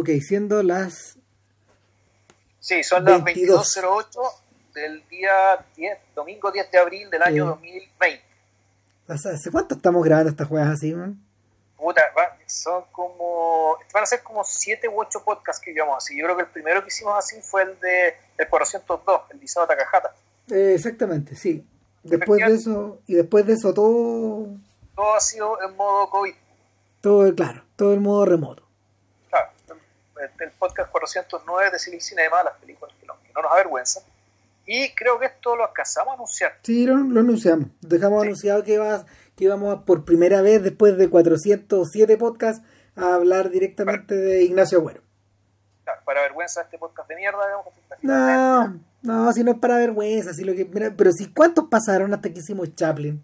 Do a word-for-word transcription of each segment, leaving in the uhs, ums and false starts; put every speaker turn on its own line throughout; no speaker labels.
Ok, siendo las...
Sí, son las veintidós cero ocho del día diez, domingo diez de abril del año
Sí.
dos mil veinte.
¿Hace cuánto estamos grabando estas juegas así, man?
Puta, va, son como... Van a ser como siete u ocho podcasts que llevamos así. Yo creo que el primero que hicimos así fue el de el cuatrocientos dos, el Liceo de Takahata.
Eh, exactamente, sí. Después de eso, y después de eso todo...
Todo ha sido en modo COVID.
Todo, claro, todo el modo remoto.
Claro, el, el podcast cuatrocientos nueve de Cine y Cinema, las películas que no, que no nos avergüenzan. Y creo que esto lo alcanzamos a anunciar.
Sí, lo, lo anunciamos. Dejamos
Sí.
anunciado que, va, que íbamos a, por primera vez después de cuatrocientos siete podcasts a hablar directamente
Para,
de Ignacio Agüero.
claro, para vergüenza de este podcast de mierda, digamos.
No, no, si no es para vergüenza. Si lo que, mira, pero si ¿cuántos pasaron hasta que hicimos Chaplin?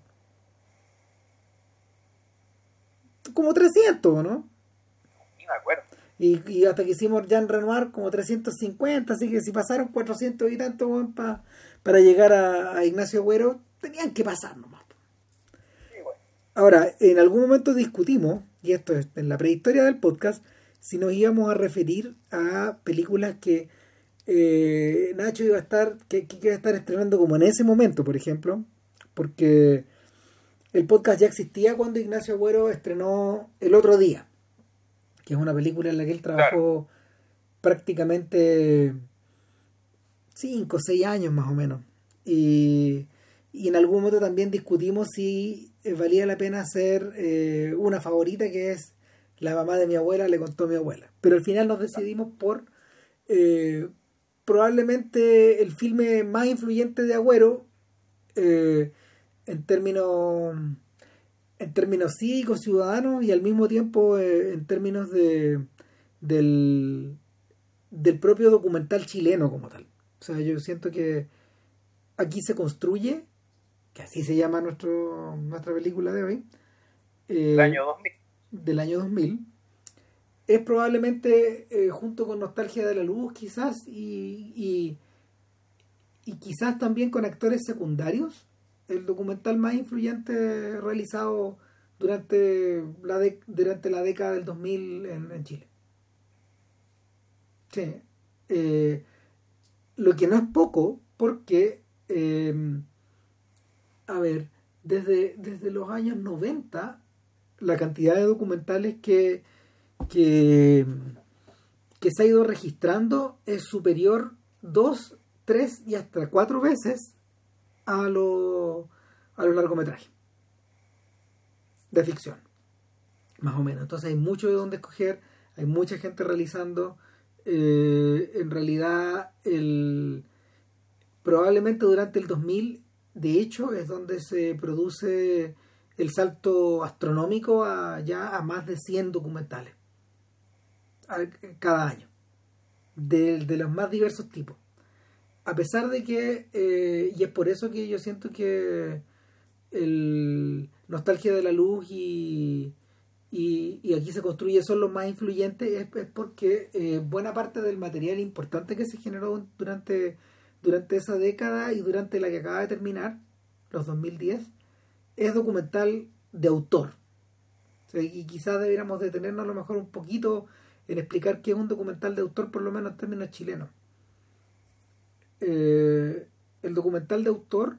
Como trescientos, ¿no?
Ni me acuerdo.
Y, y hasta que hicimos Jean Renoir como trescientos cincuenta, así que si pasaron cuatrocientos y tanto, bueno, pa, para llegar a, a Ignacio Agüero, tenían que pasar nomás.
Sí, bueno.
Ahora, en algún momento discutimos, y esto es en la prehistoria del podcast, si nos íbamos a referir a películas que eh, Nacho iba a estar, que, que iba a estar estrenando como en ese momento, por ejemplo, porque el podcast ya existía cuando Ignacio Agüero estrenó El Otro Día, que es una película en la que él trabajó, claro, prácticamente cinco o seis años más o menos. Y, y en algún momento también discutimos si valía la pena hacer eh, una favorita, que es La mamá de mi abuela le contó a mi abuela. Pero al final nos decidimos por eh, probablemente el filme más influyente de Agüero eh, en términos... en términos cívicos, ciudadanos, y al mismo tiempo eh, en términos de del, del propio documental chileno como tal. O sea, yo siento que aquí se construye, que así se llama nuestro nuestra película de hoy, eh,
El año dos mil.
del año dos mil, es probablemente eh, junto con Nostalgia de la Luz quizás y, y, y quizás también con actores secundarios, el documental más influyente realizado durante la, de, durante la década del dos mil en, en Chile. Sí. Eh, lo que no es poco, porque, eh, a ver, desde, desde los años noventa, la cantidad de documentales que, que, que se ha ido registrando es superior dos, tres y hasta cuatro veces a los a los largometrajes de ficción, más o menos. Entonces hay mucho de donde escoger, hay mucha gente realizando. Eh, en realidad el probablemente durante el dos mil, de hecho, es donde se produce el salto astronómico a ya a más de cien documentales a, cada año, de, de los más diversos tipos. A pesar de que, eh, y es por eso que yo siento que el Nostalgia de la Luz y, y, y Aquí se construye son los más influyentes, es, es porque eh, buena parte del material importante que se generó durante, durante esa década y durante la que acaba de terminar, los dos mil diez, es documental de autor. O sea, y quizás deberíamos detenernos a lo mejor un poquito en explicar qué es un documental de autor, por lo menos en términos chilenos. Eh, el documental de autor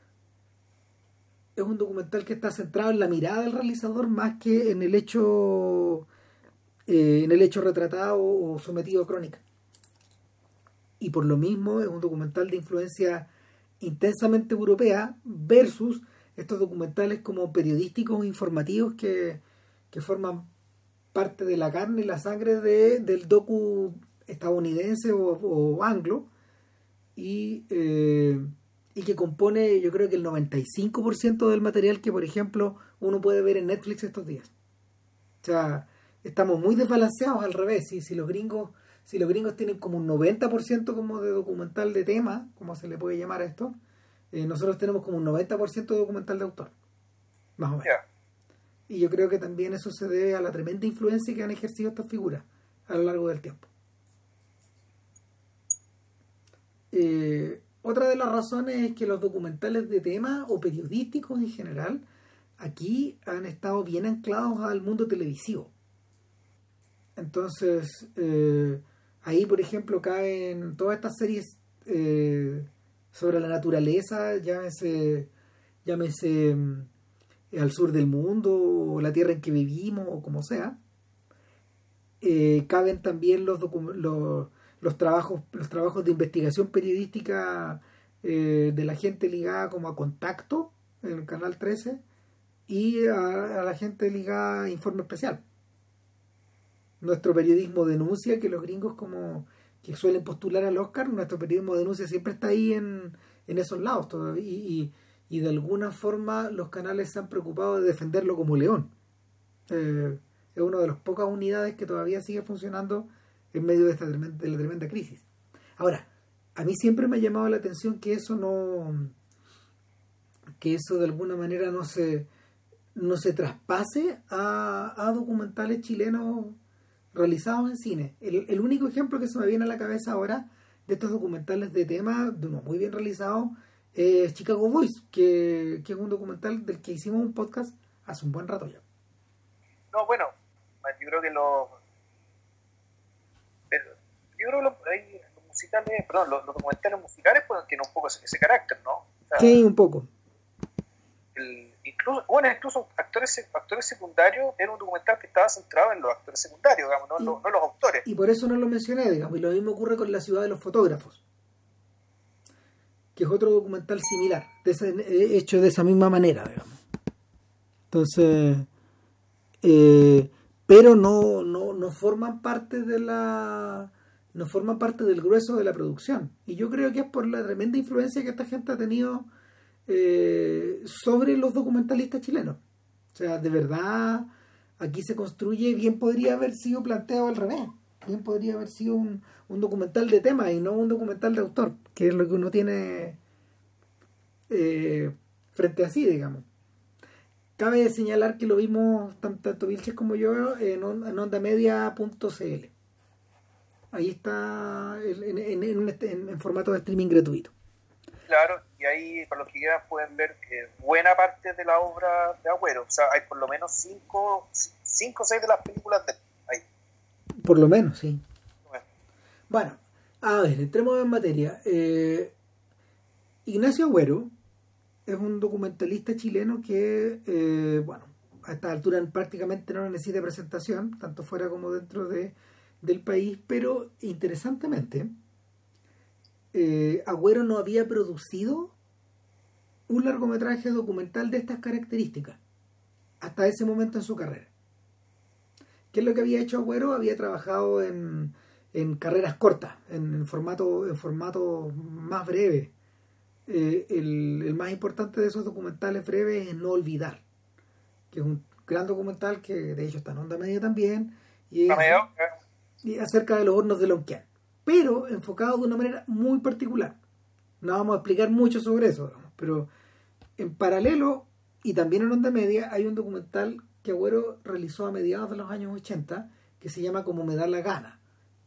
es un documental que está centrado en la mirada del realizador más que en el hecho eh, en el hecho retratado o sometido a crónica, y por lo mismo es un documental de influencia intensamente europea versus estos documentales como periodísticos o informativos que, que forman parte de la carne y la sangre de, del docu estadounidense o, o anglo, y eh, y que compone, yo creo que el noventa y cinco por ciento del material que, por ejemplo, uno puede ver en Netflix estos días. O sea, estamos muy desbalanceados al revés. Si, si los gringos si los gringos tienen como un noventa por ciento como de documental de tema, como se le puede llamar a esto, eh, nosotros tenemos como un noventa por ciento de documental de autor, más o menos.
Yeah.
Y yo creo que también eso se debe a la tremenda influencia que han ejercido estas figuras a lo largo del tiempo. Eh... Otra de las razones es que los documentales de tema o periodísticos en general aquí han estado bien anclados al mundo televisivo. Entonces, eh, ahí, por ejemplo, caen todas estas series eh, sobre la naturaleza, llámese, llámese eh, Al sur del mundo, o La tierra en que vivimos, o como sea. Eh, caben también los, docu- los, los, trabajos, los trabajos de investigación periodística eh, de la gente ligada como a Contacto, en el Canal trece, y a, a la gente ligada a Informe Especial. Nuestro periodismo denuncia, que los gringos como que suelen postular al Oscar, nuestro periodismo denuncia siempre está ahí en, en esos lados todavía, y, y, y de alguna forma los canales se han preocupado de defenderlo como león. Eh, es una de las pocas unidades que todavía sigue funcionando en medio de esta tremenda, de la tremenda crisis. Ahora, a mí siempre me ha llamado la atención que eso no, que eso de alguna manera no se, no se traspase a, a documentales chilenos realizados en cine. El, el único ejemplo que se me viene a la cabeza ahora de estos documentales de tema, de uno muy bien realizado, es Chicago Boys, que, que es un documental del que hicimos un podcast hace un buen rato ya.
No, bueno, yo creo que los... Pero, yo creo que los, hay, los musicales, perdón, los, los documentales musicales pues, tienen un poco ese, ese carácter, ¿no? O sea,
sí, un poco.
El, incluso, bueno, incluso actores, actores secundarios era un documental que estaba centrado en los actores secundarios, digamos, no, y, no, no los autores.
Y por eso no lo mencioné, digamos, y lo mismo ocurre con La ciudad de los fotógrafos, que es otro documental similar, de ese, hecho de esa misma manera, digamos. Entonces, eh, pero no, no, no forman parte de la... no forman parte del grueso de la producción. Y yo creo que es por la tremenda influencia que esta gente ha tenido eh, sobre los documentalistas chilenos. O sea, de verdad, aquí se construye, bien podría haber sido planteado al revés. Bien podría haber sido un, un documental de tema y no un documental de autor, que es lo que uno tiene eh, frente a sí, digamos. Cabe señalar que lo vimos tanto Vilches como yo en, on, en ondamedia punto c l. Ahí está en, en, en, en, en formato de streaming gratuito.
Claro, y ahí para los que quieran pueden ver que buena parte de la obra de Agüero, o sea, hay por lo menos cinco, cinco o seis de las películas de ahí.
Por lo menos, sí. Bueno, bueno a ver, entremos en materia. Eh, Ignacio Agüero es un documentalista chileno que, eh, bueno, a esta altura prácticamente no necesita presentación, tanto fuera como dentro de, del país, pero interesantemente, eh, Agüero no había producido un largometraje documental de estas características hasta ese momento en su carrera. ¿Qué es lo que había hecho Agüero? Había trabajado en, en carreras cortas, en, en formato en formato más breve. Eh, el, el más importante de esos documentales breves es No Olvidar, que es un gran documental que de hecho está en Onda Media también, y es, y acerca de los hornos de Lonquén, pero enfocado de una manera muy particular. No vamos a explicar mucho sobre eso, digamos, pero en paralelo y también en Onda Media hay un documental que Agüero realizó a mediados de los años ochenta que se llama Como me da la gana,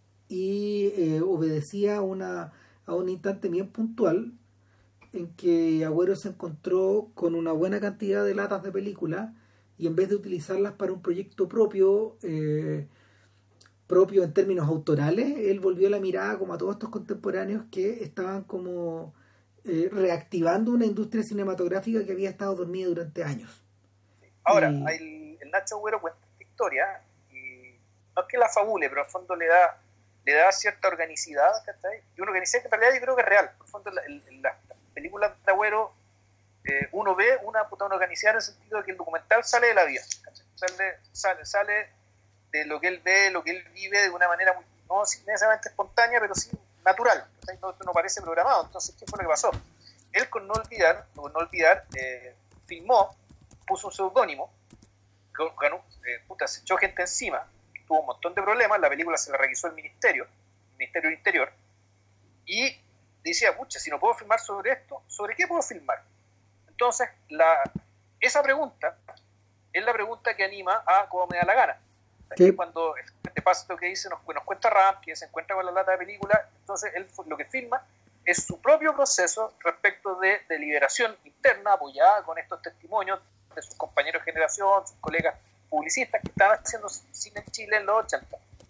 y eh, obedecía a, una, a un instante bien puntual en que Agüero se encontró con una buena cantidad de latas de película y en vez de utilizarlas para un proyecto propio, eh, propio en términos autorales, él volvió la mirada como a todos estos contemporáneos que estaban como eh, reactivando una industria cinematográfica que había estado dormida durante años.
Ahora,
y...
el, el Nacho Agüero cuenta esta historia y no es que la fabule, pero al fondo le da le da cierta organicidad, ¿cachai? Y una organicidad que en realidad yo creo que es real. Por el fondo, la, la, la películas de Agüero, eh, uno ve una, una organicidad en el sentido de que el documental sale de la vida, sale, sale, sale de lo que él ve, lo que él vive de una manera muy, no necesariamente espontánea, pero sí natural, no, no parece programado. Entonces, ¿qué fue lo que pasó? Él con No Olvidar, con no olvidar eh, filmó, puso un seudónimo, ganó, eh, puta, se echó gente encima, tuvo un montón de problemas, la película se la requisó el ministerio, el Ministerio del Interior, y decía, pucha, si no puedo filmar sobre esto, ¿sobre qué puedo filmar? Entonces, la, esa pregunta es la pregunta que anima a Cómo me da la gana. ¿Sí? Cuando este pasa lo que dice, nos, nos cuenta Ram, que se encuentra con la lata de película, entonces él lo que filma es su propio proceso respecto de, de liberación interna, apoyada con estos testimonios de sus compañeros de generación, sus colegas publicistas que estaban haciendo cine en Chile en los ochenta.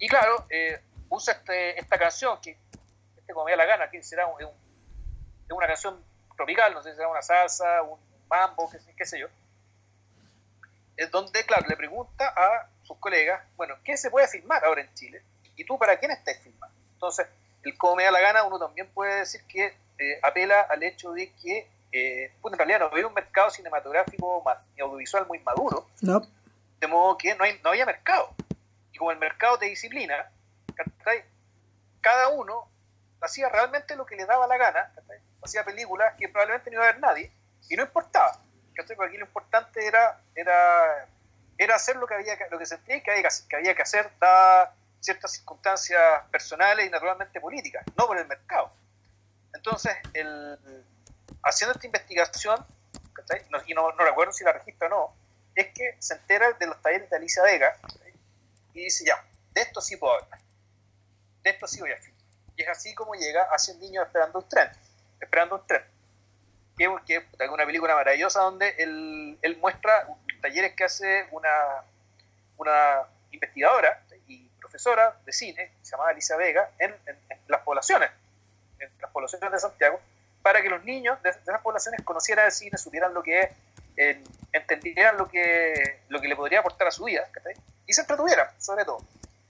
Y claro, eh, usa este, esta canción, que este como me da la gana, que será un, un, una canción tropical, no sé si será una salsa, un mambo, qué, qué sé yo. Es donde, claro, le pregunta a sus colegas, bueno, ¿qué se puede filmar ahora en Chile? ¿Y tú para quién estás filmando? Entonces, el como me da la gana, uno también puede decir que eh, apela al hecho de que eh, pues en realidad no había un mercado cinematográfico y audiovisual muy maduro,
no.
De modo que no, hay, no había mercado. Y como el mercado te disciplina, ¿cachai? Cada uno hacía realmente lo que le daba la gana, ¿cachai? Hacía películas que probablemente no iba a ver nadie, y no importaba. ¿Cachai? Porque aquí lo importante era, era, era hacer lo que había lo que sentía que había, que había que hacer, dadas ciertas circunstancias personales y naturalmente políticas, no por el mercado. Entonces, el, haciendo esta investigación, ¿cachai? No, y no, no recuerdo si la registra o no, es que se entera de los talleres de Alicia Vega, ¿cachai? Y dice, ya, de esto sí puedo hablar, de esto sí voy a filmar. Y es así como llega hacia el niño esperando un tren, esperando un tren. Que es una película maravillosa donde él, él muestra talleres que hace una, una investigadora y profesora de cine, se llama Alicia Vega, en, en, en las poblaciones, en las poblaciones de Santiago, para que los niños de, de esas poblaciones conocieran el cine, supieran lo que es, eh, entendieran lo que, lo que le podría aportar a su vida, ¿cachai? Y se entretuvieran, sobre todo.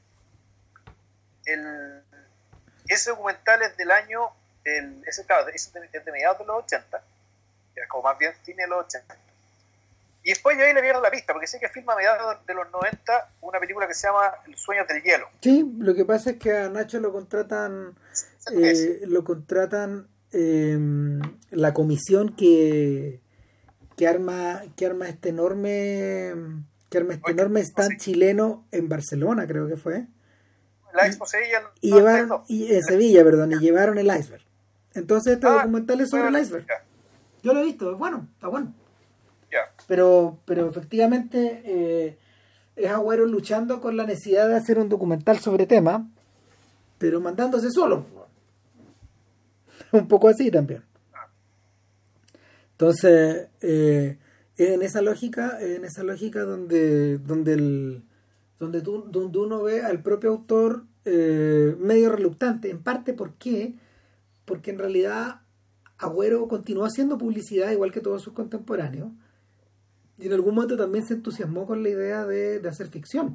El, ese documental es del año, el, ese, claro, es de, es de mediados de los ochenta, como más bien cine de los ochenta. Y después yo ahí le pierdo la pista, porque sé que filma a mediados de los noventa una película que se llama Los sueños del hielo.
Sí, lo que pasa es que a Nacho lo contratan, eh, lo contratan eh, la comisión que, que arma que arma este enorme que arma este Oye, enorme stand sí. chileno en Barcelona, creo que fue.
La Expo Sevilla.
Y, y llevaron, y en Sevilla, perdón, y llevaron el iceberg. Entonces este ah, documental es sobre el iceberg. Ya. Yo lo he visto, es bueno, está bueno.
Yeah.
Pero, pero efectivamente eh, es Agüero luchando con la necesidad de hacer un documental sobre tema, pero mandándose solo. Un poco así también. Entonces, eh, en esa lógica, en esa lógica donde, donde el donde, tú, donde uno ve al propio autor eh, medio reluctante, en parte ¿por qué? Porque en realidad Agüero continuó haciendo publicidad igual que todos sus contemporáneos. Y en algún momento también se entusiasmó con la idea de, de hacer ficción.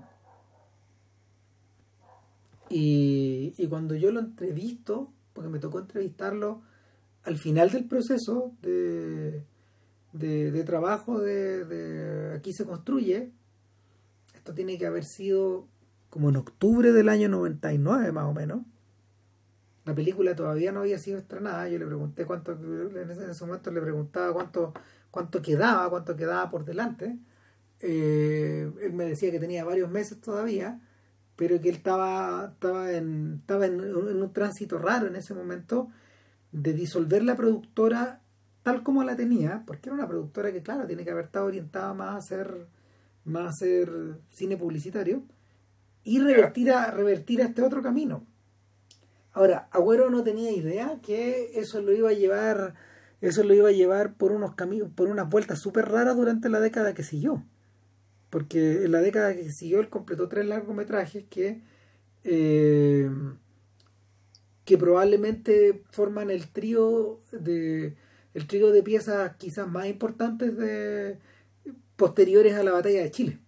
Y, y cuando yo lo entrevisto, porque me tocó entrevistarlo al final del proceso de, de, de trabajo de, de Aquí se construye, esto tiene que haber sido como en octubre del año noventa y nueve más o menos. La película todavía no había sido estrenada. Yo le pregunté cuánto, en ese, en ese momento le preguntaba cuánto cuánto quedaba, cuánto quedaba por delante. Eh, él me decía que tenía varios meses todavía, pero que él estaba, estaba, en, estaba en, en un tránsito raro en ese momento de disolver la productora tal como la tenía, porque era una productora que, claro, tiene que haber estado orientada más a hacer, más a hacer cine publicitario, y revertir a, revertir a este otro camino. Ahora, Agüero no tenía idea que eso lo iba a llevar... Eso lo iba a llevar por unos caminos, por unas vueltas súper raras durante la década que siguió. Porque en la década que siguió él completó tres largometrajes que, eh, que probablemente forman el trío de el trío de piezas quizás más importantes de posteriores a la batalla de Chile.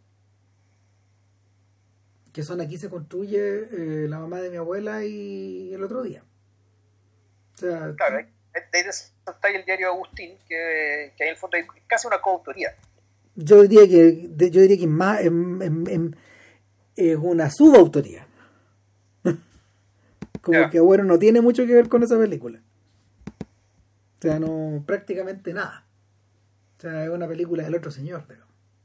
Que son Aquí se construye, eh, La mamá de mi abuela y El otro día. O sea,
claro, de ahí está el diario Agustín, que, que ahí en el fondo es casi una coautoría.
Yo diría que yo diría que más es, es, es una subautoría. Como yeah. que Agüero no tiene mucho que ver con esa película. O sea, no, prácticamente nada. O sea, es una película del otro señor, pero.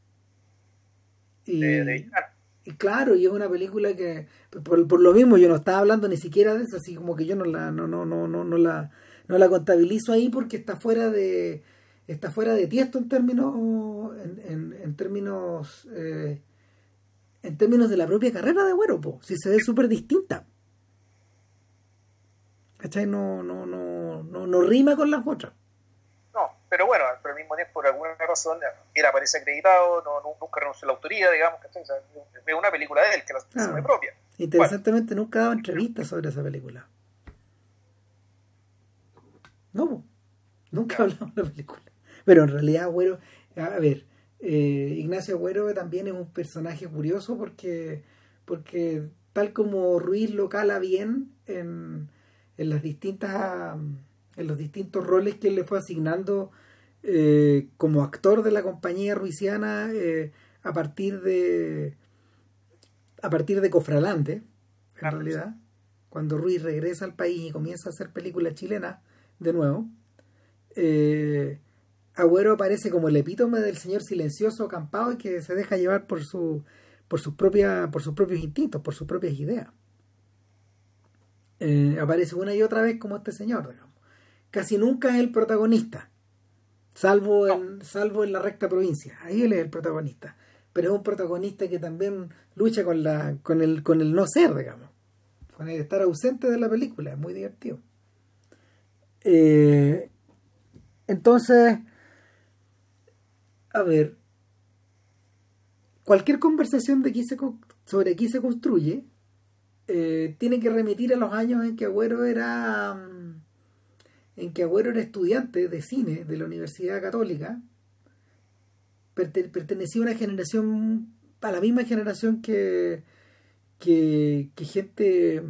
Y,
de, de
y claro, y es una película que por, por lo mismo yo no estaba hablando ni siquiera de eso, así como que yo no la no no no no, no la no la contabilizo ahí porque está fuera de está fuera de tiesto en términos en, en, en términos eh, en términos de la propia carrera de Agüero, po, si se ve súper distinta. ¿Cachai? No, no, no, no, no rima con las otras.
No, pero bueno, pero al mismo tiempo por alguna razón él aparece acreditado, no, nunca renunció a la autoría, digamos, ¿cachai? O sea, es una película de él que la claro. propia.
Interesantemente nunca ha dado entrevistas sobre esa película. No, nunca ha hablado de la película. Pero en realidad, Agüero, a ver, eh, Ignacio Agüero también es un personaje curioso porque, porque tal como Ruiz lo cala bien en, en las distintas en los distintos roles que él le fue asignando eh, como actor de la compañía ruisiana eh, a partir de a partir de Cofralante, en
Claro,
realidad, cuando Ruiz regresa al país y comienza a hacer películas chilenas de nuevo, eh, Agüero aparece como el epítome del señor silencioso, acampado y que se deja llevar por su por sus propias por sus propios instintos, por sus propias ideas. Eh, aparece una y otra vez como este señor, digamos. Casi nunca es el protagonista, salvo
no,
en salvo en la recta provincia. Ahí él es el protagonista, pero es un protagonista que también lucha con la con el con el no ser, digamos, con el estar ausente de la película. Es muy divertido. Eh, entonces, a ver, cualquier conversación de aquí se, con- sobre aquí se construye eh, tiene que remitir a los años en que Agüero era mm, en que Agüero era estudiante de cine de la Universidad Católica. Perte- pertenecía a una generación, a la misma generación que que, que gente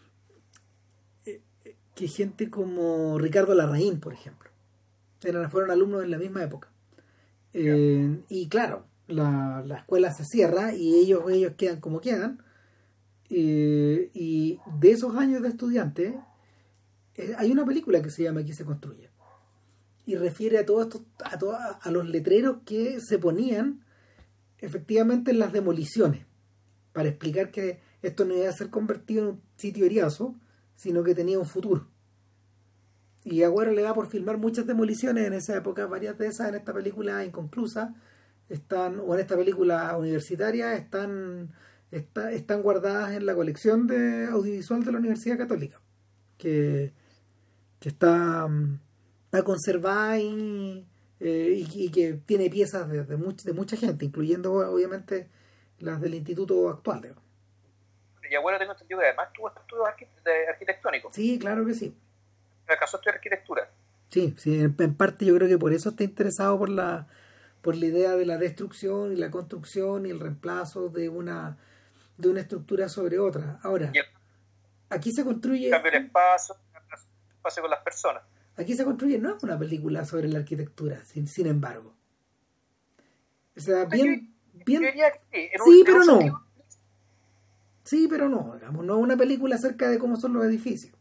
que gente como Ricardo Larraín, por ejemplo. Eran, fueron alumnos en la misma época.
ya.
Eh, y claro, la, la escuela se cierra y ellos, ellos quedan como quedan. Eh, y de esos años de estudiante, eh, hay una película que se llama Aquí se construye. Y refiere a todos estos, a, todos, a los letreros que se ponían efectivamente en las demoliciones, para explicar que esto no iba a ser convertido en un sitio eriazo, sino que tenía un futuro. Y Agüero le da por filmar muchas demoliciones en esa época, varias de esas en esta película inconclusa, están, o en esta película universitaria, están, está- están guardadas en la colección de audiovisual de la Universidad Católica, que, que está, mm, está conservada y, eh, y, y que tiene piezas de, de, much- de mucha gente, incluyendo obviamente las del instituto actual. Digamos.
Y abuelo tengo entendido que además tuvo estudios arqui- de arquitectónicos.
Sí, claro que sí.
Me alcanzó a estudiar arquitectura.
Sí, sí, en, en parte yo creo que por eso está interesado por la por la idea de la destrucción y la construcción y el reemplazo de una de una estructura sobre otra.
Y
Ahora,
el
aquí se construye
cambio del espacio, el espacio con las personas.
aquí se construye no es una película sobre la arquitectura, sin, sin embargo. O sea,
Yo, yo
bien bien
diría que sí, en un,
sí,
en
pero
un sentido,
no. Sí, pero no, digamos, no es una película acerca de cómo son los edificios.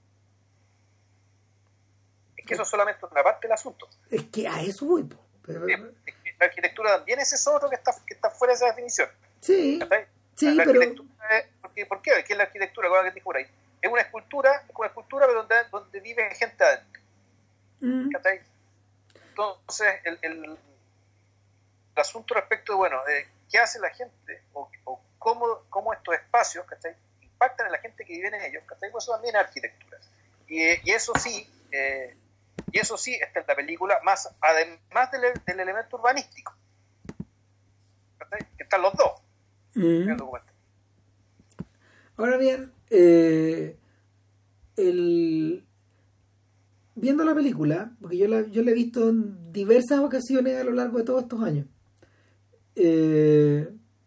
es que eso es solamente una parte del asunto.
Es que a eso voy, po.
Sí, es que la arquitectura también es eso otro que está, que está fuera de esa definición.
Sí,
¿Cachai?
sí,
La
pero
arquitectura es, porque, ¿por qué? ¿Qué es la arquitectura? ¿Cuál es la arquitectura ahí? Es una escultura, es una escultura pero donde, donde vive gente adentro.
mm,
¿Cachai? Entonces, el, el, el asunto respecto de, bueno, de qué hace la gente o, o cómo, cómo estos espacios, ¿cachai? Impactan en la gente que vive en ellos, ¿cachai? Pues eso también es arquitectura. Y, y eso sí, eh, y eso sí está en la película, más además del, del elemento urbanístico. ¿Cachai? Que están los dos
mm.
en el documental.
Ahora bien, eh, el, viendo la película, porque yo la, yo la he visto en diversas ocasiones a lo largo de todos estos años, eh,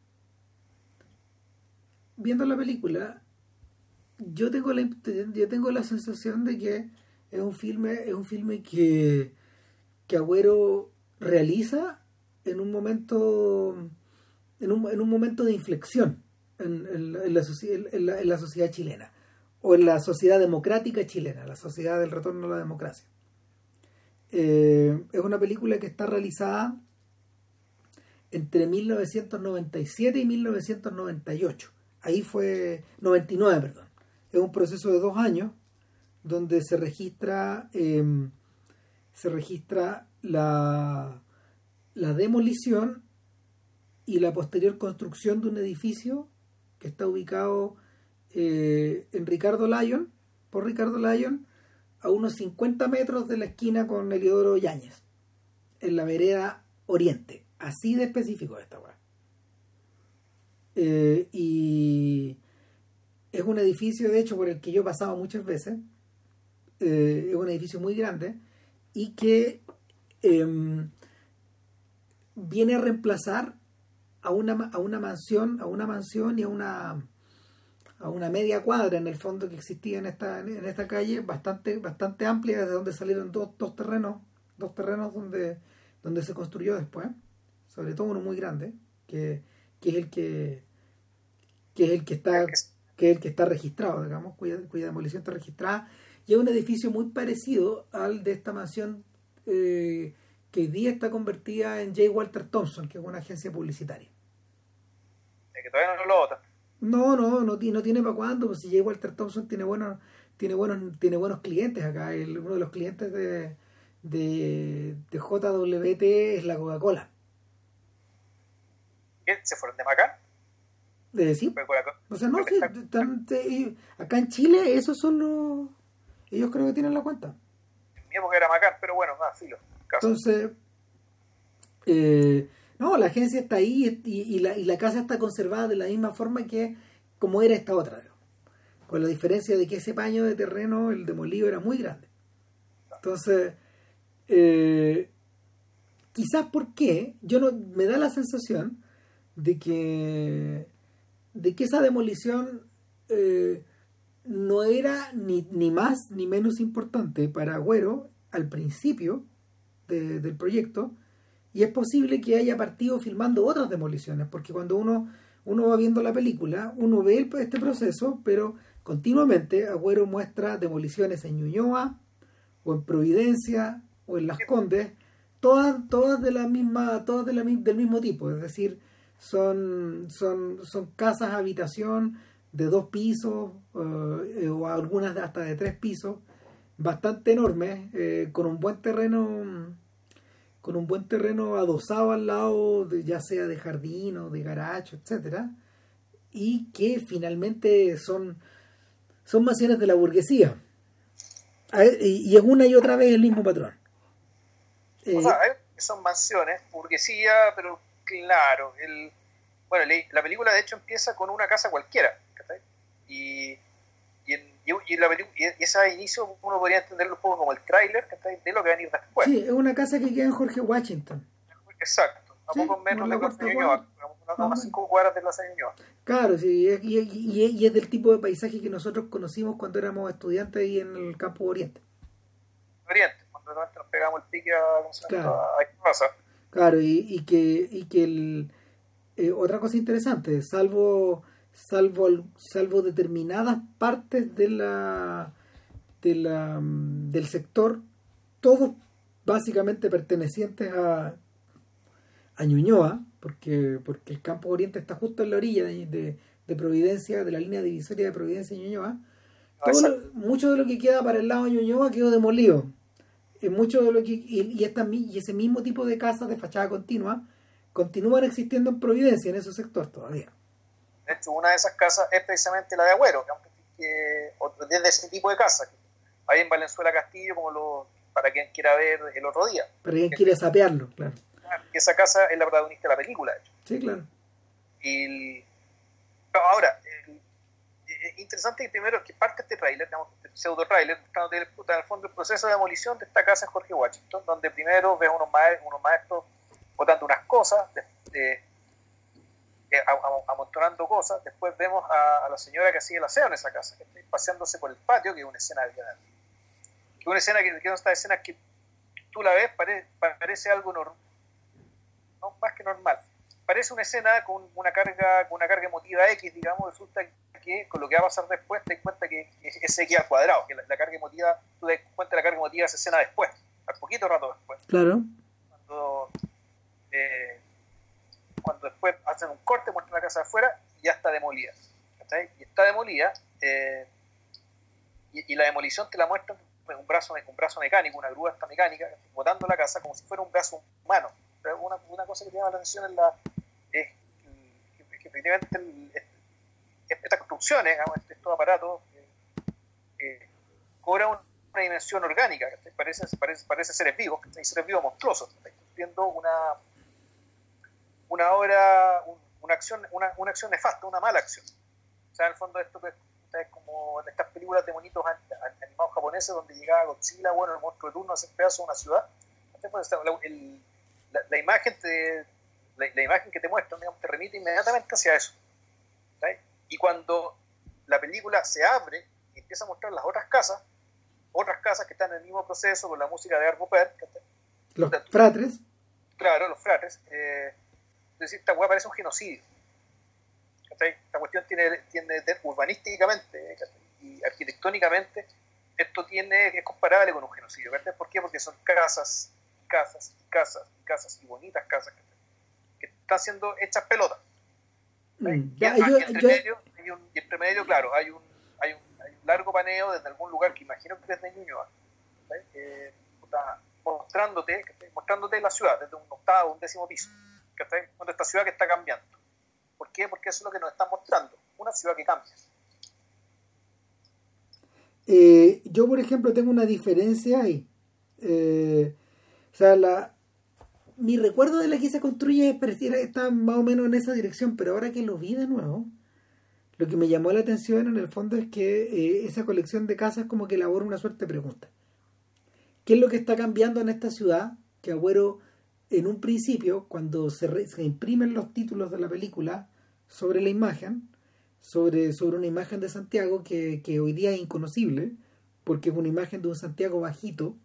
viendo la película, yo tengo la yo tengo la sensación de que es un filme, es un filme que, que Agüero realiza en un momento en un, en un momento de inflexión en, en, en, la, en, la, en la sociedad chilena o en la sociedad democrática chilena, la sociedad del retorno a la democracia. Eh, es una película que está realizada entre mil novecientos noventa y siete y mil novecientos noventa y ocho. Ahí fue noventa y nueve, perdón. Es un proceso de dos años donde se registra eh, se registra la, la demolición y la posterior construcción de un edificio que está ubicado eh, en Ricardo Lyon, por Ricardo Lyon, a unos cincuenta metros de la esquina con Eliodoro Yáñez, en la vereda Oriente. Así de específico esta weá. Eh, y es un edificio, de hecho, por el que yo he pasado muchas veces. Eh, es un edificio muy grande y que eh, viene a reemplazar a una, a una mansión, a una mansión y a una a una media cuadra en el fondo que existía en esta en esta calle bastante bastante amplia, desde donde salieron dos, dos terrenos dos terrenos donde donde se construyó después, sobre todo uno muy grande que, que es el que que es el que está que es el que está registrado, digamos, cuya, cuya demolición está registrada, y es un edificio muy parecido al de esta mansión eh, que hoy día está convertida en J. Walter Thompson, que es una agencia publicitaria.
Es que todavía no lo votan.
No, no, no, no tiene para cuándo, pues si J. Walter Thompson tiene buenos, tiene buenos, tiene buenos clientes acá. El, uno de los clientes de, de, de J W T es la Coca-Cola.
¿Qué? ¿Se fueron de Macán?
De decir, o sea, no, sí, están, te, acá en Chile esos son los, ellos creo que tienen la cuenta.
En mi época era Macán, pero bueno, más filo. Caso.
Entonces, eh, no, la agencia está ahí y, y, la, y la casa está conservada de la misma forma que como era esta otra, digamos. Con la diferencia de que ese paño de terreno, el demolido, era muy grande. Entonces, eh, quizás porque yo no me da la sensación de que de que esa demolición eh, no era ni, ni más ni menos importante para Agüero al principio de, del proyecto, y es posible que haya partido filmando otras demoliciones, porque cuando uno, uno va viendo la película, uno ve el, este proceso, pero continuamente Agüero muestra demoliciones en Ñuñoa, o en Providencia, o en Las Condes, todas, todas de la misma, todas de la, del mismo tipo, es decir, son, son, son casas habitación de dos pisos, uh, o algunas hasta de tres pisos, bastante enormes, eh, con un buen terreno con un buen terreno adosado al lado, de, ya sea de jardín o de garaje, etcétera, y que finalmente son son mansiones de la burguesía, y, y es una y otra vez el mismo patrón.
Eh, o sea, son mansiones, burguesía, pero claro, el bueno, la película de hecho empieza con una casa cualquiera, ¿cachai? Y, y, en, y, la y ese inicio uno podría entenderlo un poco como el tráiler, ¿cachai? De lo que va a venir después.
Sí, es una casa que queda en Jorge Washington.
Exacto, a sí, pocos metros de Plaza Ñuñoa, a unas cinco cuadras de Plaza Ñuñoa.
Claro, sí, y, y, y es del tipo de paisaje que nosotros conocimos cuando éramos estudiantes ahí en el Campo Oriente.
Oriente, cuando nos pegamos el pique a, claro. a, a Plaza.
Claro, y, y que, y que el, eh, otra cosa interesante, salvo salvo salvo determinadas partes de la de la del sector, todos básicamente pertenecientes a a Ñuñoa, porque porque el Campo Oriente está justo en la orilla de, de, de Providencia, de la línea divisoria de Providencia y Ñuñoa. Todo lo, mucho de lo que queda para el lado de Ñuñoa quedó demolido. Y mucho de lo que y, y, esta, y ese mismo tipo de casas de fachada continua continúan existiendo en Providencia, en ese sector todavía.
De hecho, una de esas casas es precisamente la de Agüero, que, que desde ese tipo de casas, hay en Valenzuela Castillo, como lo para quien quiera ver el otro día.
Para quien quiera sapearlo, claro.
Que esa casa es la protagonista de la película, de hecho.
Sí, claro.
Y pero ahora, el, es interesante que primero que parte este tráiler, digamos, este pseudo tráiler, mostrándote en el fondo el proceso de demolición de esta casa en Jorge Washington, donde primero ves unos maestros, unos maestros botando unas cosas, de, de, de, amontonando cosas. Después vemos a, a la señora que hacía el aseo en esa casa, que está paseándose por el patio, que es una escena que es una escena que, que son estas escenas que tú la ves, pare, parece algo normal, no más que normal. Parece una escena con una carga con una carga emotiva X, digamos. Resulta que con lo que va a pasar después te das cuenta que es X al cuadrado, que la, la carga emotiva, tú te das cuenta de la carga emotiva de esa escena después, al poquito rato después.
Claro.
Cuando, eh, cuando después hacen un corte, muestran la casa de afuera y ya está demolida. ¿Está? Y está demolida, eh, y, y la demolición te la muestran un brazo, un brazo mecánico, una grúa esta mecánica, botando la casa como si fuera un brazo humano. Una, una cosa que me llama la atención es la es que, que efectivamente el, es, estas construcciones, digamos, estos aparatos eh, eh, cobran una, una dimensión orgánica, que parece, parece, parece seres vivos, que seres vivos monstruosos. Estás viendo una una obra, un, una acción, una, una acción nefasta, una mala acción. O sea, en el fondo esto que películas de monitos animados japoneses donde llegaba Godzilla, bueno, el monstruo de turno hace pedazo de una ciudad. La, el, la, la imagen te, la, la imagen que te muestran, digamos, te remite inmediatamente hacia eso. ¿Sí? Y cuando la película se abre y empieza a mostrar las otras casas, otras casas que están en el mismo proceso con la música de Arvo Pärt,
los fratres,
claro, los fratres, eh, es decir, esta hueá parece un genocidio. Esta cuestión tiene, tiene urbanísticamente y arquitectónicamente, esto tiene, es comparable con un genocidio. ¿Por qué? Porque son casas, casas, casas, casas y bonitas casas que, que están siendo hechas pelotas.
Mm,
y,
ya,
y,
yo,
entre
yo...
medio, y, un, y entre medio, claro, hay un, hay, un, hay un largo paneo desde algún lugar que imagino que es de Ñuñoa, eh, mostrándote, mostrándote la ciudad desde un octavo, un décimo piso, donde esta ciudad que está cambiando. ¿Por qué? Porque eso es lo que nos están mostrando, una ciudad que cambia.
Eh, yo, por ejemplo, tengo una diferencia ahí. Eh, o sea, la, mi recuerdo de la que se construye pareciera que está más o menos en esa dirección, pero ahora que lo vi de nuevo, lo que me llamó la atención en el fondo es que eh, esa colección de casas como que elabora una suerte de pregunta. ¿Qué es lo que está cambiando en esta ciudad? Que Agüero, en un principio, cuando se, re, se imprimen los títulos de la película sobre la imagen, sobre, sobre una imagen de Santiago que, que hoy día es inconocible, porque es una imagen de un Santiago bajito,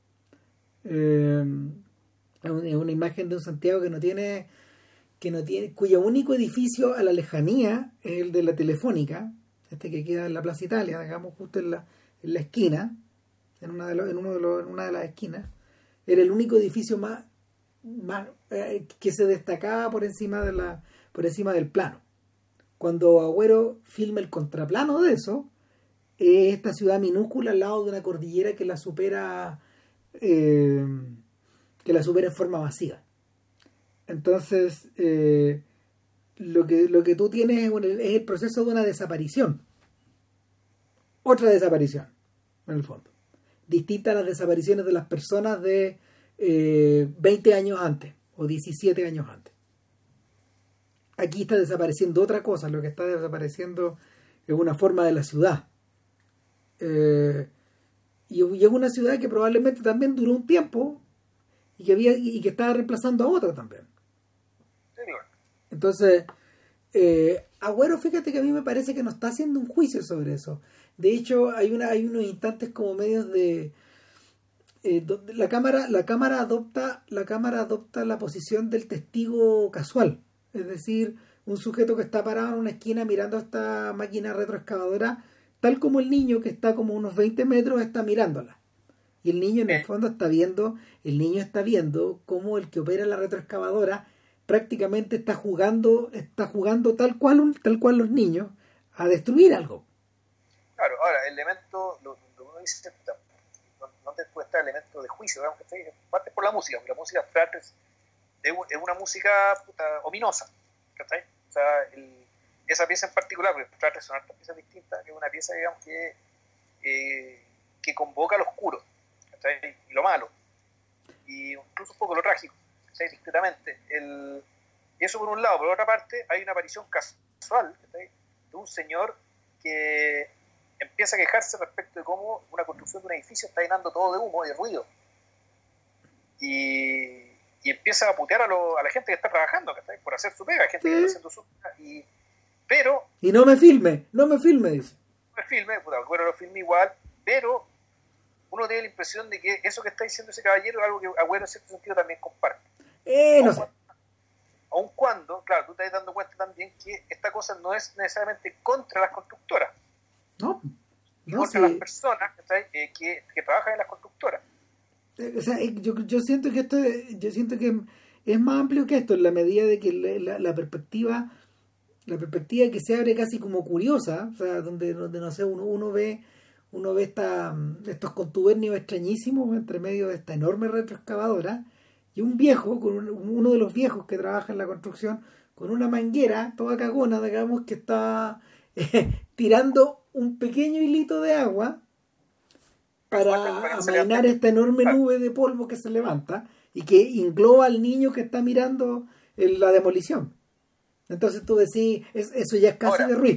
eh, es una imagen de un Santiago que no tiene, que no tiene, cuyo único edificio a la lejanía es el de la Telefónica, este que queda en la Plaza Italia, digamos, justo en la, en la esquina, en una de, los, en, uno de los, en una de las esquinas, era el único edificio más, más eh, que se destacaba por encima de la, por encima del plano. Cuando Agüero filma el contraplano de eso, es esta ciudad minúscula al lado de una cordillera que la supera, eh, que la supera en forma masiva. Entonces, eh, lo que lo que tú tienes es, un, es el proceso de una desaparición, otra desaparición, en el fondo, distinta a las desapariciones de las personas de eh, veinte años antes o diecisiete años antes. Aquí está desapareciendo otra cosa, lo que está desapareciendo es una forma de la ciudad. Eh, y, y es una ciudad que probablemente también duró un tiempo y que, había, y que estaba reemplazando a otra también. Entonces, eh, Agüero, fíjate que a mí me parece que no está haciendo un juicio sobre eso. De hecho, hay, una, hay unos instantes como medios de... Eh, donde la cámara, la cámara adopta, la cámara adopta la posición del testigo casual. Es decir, un sujeto que está parado en una esquina mirando a esta máquina retroexcavadora, tal como el niño que está como unos veinte metros está mirándola. Y el niño en el fondo está viendo, el niño está viendo cómo el que opera la retroexcavadora prácticamente está jugando, está jugando tal cual, tal cual los niños, a destruir algo.
Claro, ahora, el elemento, lo, lo uno dice, no, no te puede estar el elemento de juicio, digamos que esté, parte por la música, porque la música fratres es una música puta, ominosa, ¿cachai? O sea, el, esa pieza en particular, porque fratres son otras piezas distintas, que es una pieza, digamos, que, eh, que convoca lo oscuro, ¿cachai? Y lo malo, y incluso un poco lo trágico, ¿cachai? Discretamente. El, y eso por un lado. Por otra parte, hay una aparición casual, ¿cachai? De un señor que empieza a quejarse respecto de cómo una construcción de un edificio está llenando todo de humo y de ruido. Y, y empieza a putear a, lo, a la gente que está trabajando, ¿cachai? Por hacer su pega, gente sí. que está haciendo su pega. Y, pero...
Y no me filme, no me filme, dice.
No me filme, puta, bueno, lo filme igual, pero uno tiene la impresión de que eso que está diciendo ese caballero es algo que Agüero en cierto sentido también comparte.
Eh, no sé.
Aun cuando, claro, tú te estás dando cuenta también que esta cosa no es necesariamente contra las constructoras.
No, no
contra
sí.
las personas eh, que, que trabajan en las constructoras.
Eh, o sea, yo, yo siento que esto, yo siento que es más amplio que esto, en la medida de que la, la, la perspectiva, la perspectiva que se abre casi como curiosa, o sea, donde, donde no sé, uno, uno ve, uno ve esta, estos contubernios extrañísimos entre medio de esta enorme retroexcavadora, y un viejo, con un, uno de los viejos que trabaja en la construcción, con una manguera toda cagona, digamos, que está eh, tirando un pequeño hilito de agua para amainar esta enorme nube de polvo que se levanta y que engloba al niño que está mirando la demolición. Entonces tú decís, es, eso ya es casi Ahora, de Ruiz.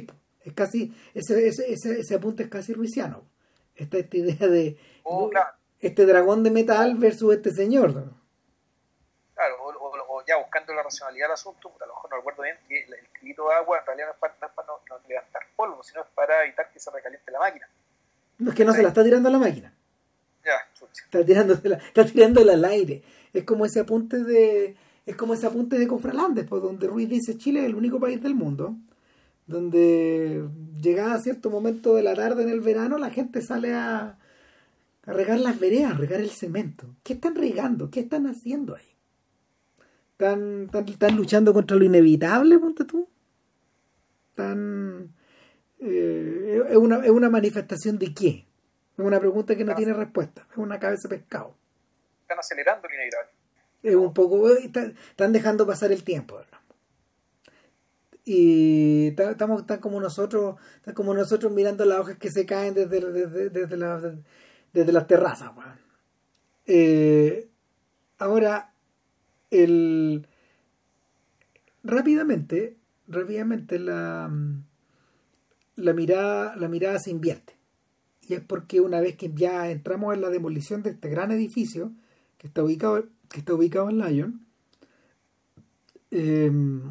Es casi, ese, ese, ese, ese apunte es casi ruisiano. Esta, esta idea de
Oh, claro.
este dragón de metal versus este señor, ¿no?
Claro, o, o, o ya buscando la racionalidad del asunto, a lo mejor no recuerdo bien, que el, el kilito de agua en realidad no es para, no, es para no, no levantar polvo, sino es para evitar que se recaliente la máquina.
No es que no se la está tirando a la máquina.
Ya, chucha.
Está tirándosela, está tirándola al aire. Es como ese apunte de, es como ese apunte de Cofralandes, pues, donde Ruiz dice Chile es el único país del mundo donde llegada a cierto momento de la tarde en el verano la gente sale a, a regar las veredas, a regar el cemento. ¿Qué están regando? ¿Qué están haciendo ahí? ¿Están, están, están luchando contra lo inevitable, ponte tú? ¿Están, eh, es, una, ¿Es una manifestación de qué? Es una pregunta que no
Ah.
tiene respuesta. Es una cabeza de pescado.
Están acelerando lo inevitable.
Es un poco... Están, están dejando pasar el tiempo, ¿verdad? Y estamos tan como nosotros, tan como nosotros mirando las hojas que se caen desde, desde, desde, la, desde las terrazas. Bueno. Eh, ahora, el rápidamente, rápidamente la, la mirada, la mirada se invierte. Y es porque una vez que ya entramos en la demolición de este gran edificio que está ubicado, que está ubicado en Lyon, eh,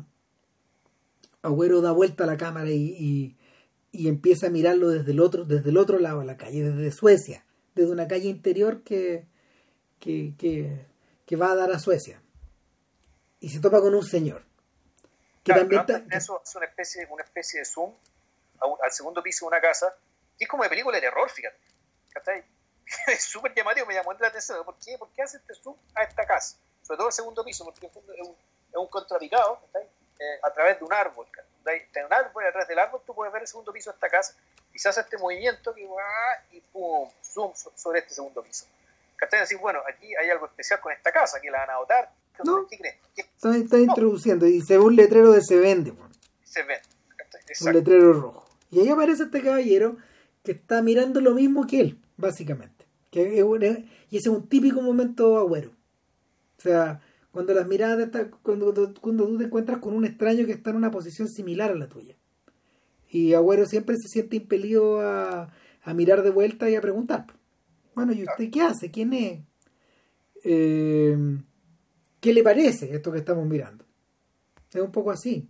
Agüero da vuelta a la cámara y, y, y empieza a mirarlo desde el otro, desde el otro lado de la calle, desde Suecia, desde una calle interior que, que, que, que va a dar a Suecia. Y se topa con un señor. Que
Claro,
también
pero
ta-
antes de eso hace una especie, una especie de zoom a un- al segundo piso de una casa, que es como de película de terror, fíjate. ¿Cachai? Es súper llamativo, me llamó la atención. ¿Por qué? ¿Por qué hace este zoom a esta casa? Sobre todo el segundo piso, porque en el fondo es un, es un contrapicado, ¿cachai? Eh, a través de un árbol. De un árbol, y a través del árbol tú puedes ver el segundo piso de esta casa y se hace este movimiento que va y pum, zoom so- sobre este segundo piso. ¿Cachai? Decir, bueno, aquí hay algo especial con esta casa, que la van a votar.
No.
¿Qué crees? ¿Qué
está, está
No.
introduciendo y se ve un letrero de se vende, bueno,
se ven? ¿Cachai?
un
Exacto.
letrero rojo. Y ahí aparece este caballero que está mirando lo mismo que él, básicamente. Que es un- y ese es un típico momento Agüero. O sea, cuando las miradas de esta, cuando, cuando, cuando tú te encuentras con un extraño que está en una posición similar a la tuya. Y Agüero siempre se siente impelido a, a mirar de vuelta y a preguntar. Bueno, ¿y usted qué hace? ¿Quién es? Eh, ¿Qué le parece esto que estamos mirando? Es un poco así.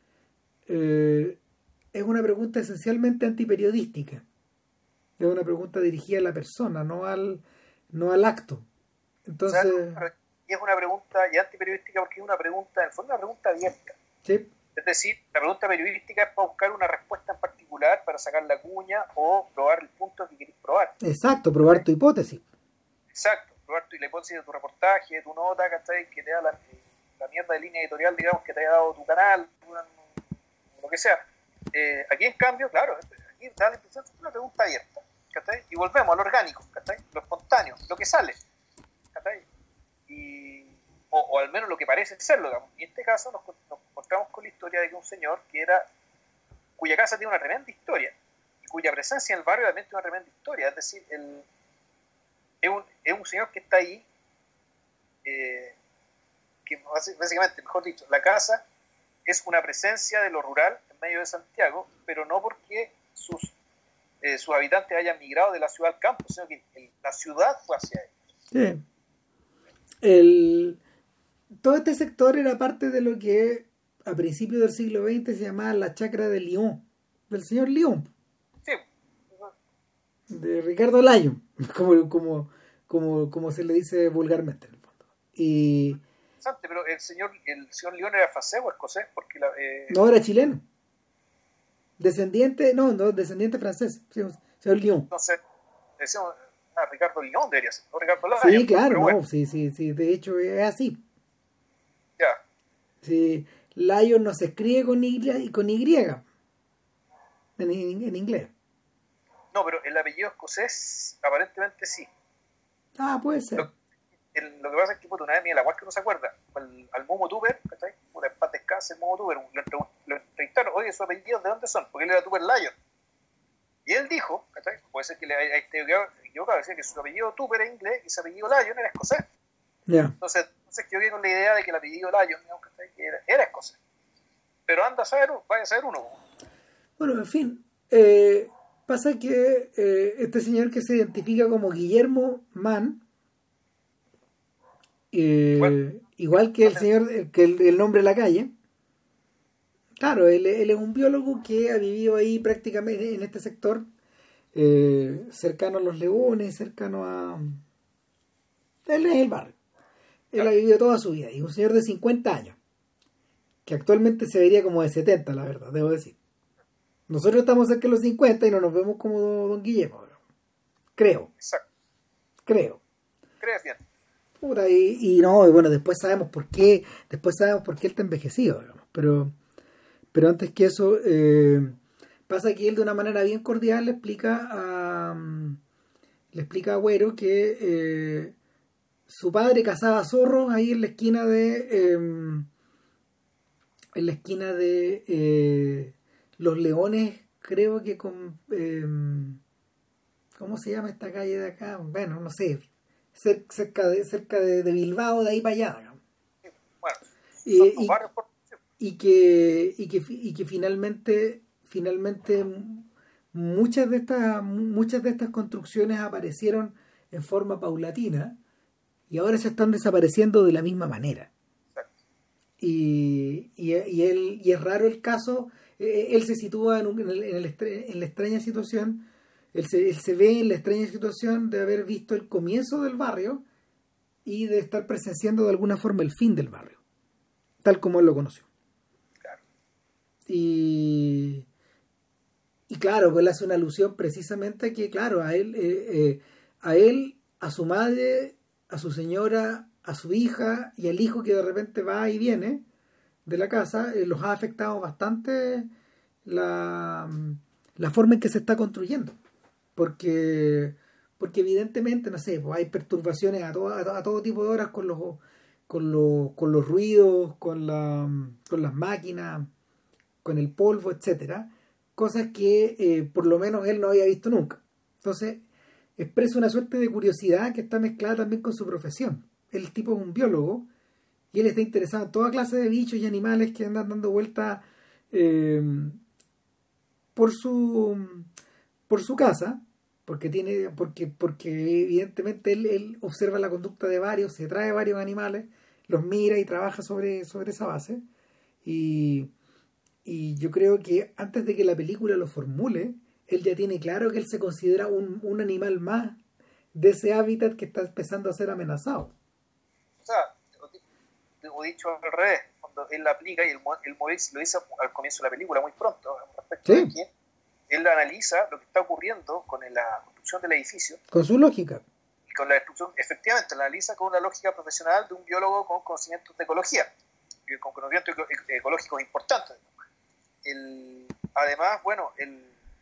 Eh, es una pregunta esencialmente antiperiodística. Es una pregunta dirigida a la persona, no al, no al acto. Entonces,
O sea, y es una pregunta y antiperiodística porque es una pregunta, en el fondo, una pregunta abierta.
sí,
Es decir, la pregunta periodística es para buscar una respuesta en particular, para sacar la cuña o probar el punto que queréis probar.
exacto, probar tu hipótesis.
Exacto, probar tu, la hipótesis de tu reportaje, de tu nota, ¿cachai? Que te da la, la mierda de línea editorial, digamos, que te haya dado tu canal, una, lo que sea. Eh, aquí, en cambio, claro, aquí da la impresión que es una pregunta abierta, ¿cachai? Y volvemos al orgánico, ¿cachai? Lo espontáneo, lo que sale, ¿cachai? Y, o, o al menos lo que parece serlo, digamos. Y en este caso nos, nos encontramos con la historia de que un señor que era, cuya casa tiene una tremenda historia, y cuya presencia en el barrio también tiene una tremenda historia, es decir, el, es, un, es un señor que está ahí, eh, que básicamente, mejor dicho, la casa es una presencia de lo rural en medio de Santiago, pero no porque sus, eh, sus habitantes hayan migrado de la ciudad al campo, sino que el, la ciudad fue hacia ellos.
Sí. El, todo este sector era parte de lo que a principios del siglo veinte se llamaba la chacra de Lyon, del señor Lyon,
Sí,
de Ricardo Lyon, como, como, como, como se le dice vulgarmente en el fondo. Y
interesante, pero el señor, el señor León era francés o escocés, porque la, eh,
no era chileno. Descendiente, no, no, descendiente francés, sí, señor Lyon.
entonces decíamos, ah, Ricardo León debería ser, no Ricardo Lyon.
Sí, claro,
pero
no,
bueno,
sí, sí, sí, de hecho es así.
ya.
Sí, Lyon no se escribe con Y, con y en, en, en inglés.
No, pero el apellido escocés aparentemente sí.
Ah, puede ser.
Lo, el, lo que pasa es que puta, una vez mira la cual que no se acuerda, al, al Momo Tuber, ¿cachai? Puta, en paz descanse el Momo Tuber, lo, lo entrevistaron, oye, ¿sus apellidos de dónde son? Porque él era Tuber Lyon. Y él dijo, ¿cachai? Puede ser que le haya equivocado, decía que su apellido Tuber era inglés y su apellido Lyon era escocés.
Ya.
Entonces, entonces yo quedé con la idea de que el apellido Lyon, digamos, ¿cachai? Que era, era escocés. Pero anda a saber, vaya a saber uno.
Bueno, en fin, eh, pasa que eh, este señor que se identifica como Guillermo Mann,
Igual,
eh, igual que el señor, el- que el, el nombre de la calle, claro, él, él es un biólogo que ha vivido ahí prácticamente en este sector, eh, cercano a los Leones, cercano a... Él es el barrio. Él ha
claro,
vivido toda su vida y es un señor de cincuenta años, que actualmente se vería como de setenta, la verdad, debo decir. Nosotros estamos cerca de los cincuenta y no nos vemos como don Guillermo, creo,
exacto,
creo.
crees bien.
Puta, y, y no, y bueno, después sabemos por qué, después sabemos por qué él está envejecido, digamos. Pero, pero antes que eso, eh, pasa que él de una manera bien cordial le explica a, mm, le explica a Agüero que eh, su padre cazaba zorros ahí en la esquina de, eh, en la esquina de eh, Los Leones, creo que con, eh, ¿cómo se llama esta calle de acá? Bueno, no sé, cer- cerca de, cerca de, de Bilbao, de ahí para allá, digamos.
Sí, bueno,
Y,
son tus
y,
barrios por... sí,
y que y que y que finalmente finalmente muchas de estas muchas de estas construcciones aparecieron en forma paulatina y ahora se están desapareciendo de la misma manera
exacto.
y, y, y él y es raro el caso. Eh, él se sitúa en, un- en, el- en el estre- en la extraña situación, él se, él se ve en la extraña situación de haber visto el comienzo del barrio y de estar presenciando de alguna forma el fin del barrio tal como él lo conoció.
Claro.
Y, y claro, pues él hace una alusión precisamente a que, claro, a él, eh, eh, a él, a su madre, a su señora, a su hija y al hijo que de repente va y viene de la casa, eh, los ha afectado bastante la, la forma en que se está construyendo. Porque, porque evidentemente, no sé, pues hay perturbaciones a todo, a, to- a todo tipo de horas con los, con los, con los ruidos, con, la, con las máquinas, con el polvo, etcétera, cosas que eh, por lo menos él no había visto nunca. Entonces, expresa una suerte de curiosidad que está mezclada también con su profesión. El tipo es un biólogo y él está interesado en toda clase de bichos y animales que andan dando vueltas eh, por su por su casa, porque tiene porque porque evidentemente él, él observa la conducta de varios, se trae varios animales, los mira y trabaja sobre, sobre esa base. Y Y yo creo que antes de que la película lo formule, él ya tiene claro que él se considera un, un animal más de ese hábitat que está empezando a ser amenazado.
O sea, o di- o dicho al revés, cuando él la aplica, y el, Mo- el Moritz lo dice al comienzo de la película muy pronto, respecto de
Sí,
que él analiza lo que está ocurriendo con la construcción del edificio
con su lógica.
y con la destrucción, efectivamente, la analiza con una lógica profesional de un biólogo con conocimientos de ecología, y con conocimientos eco- ecológicos importantes. El, además, bueno, el,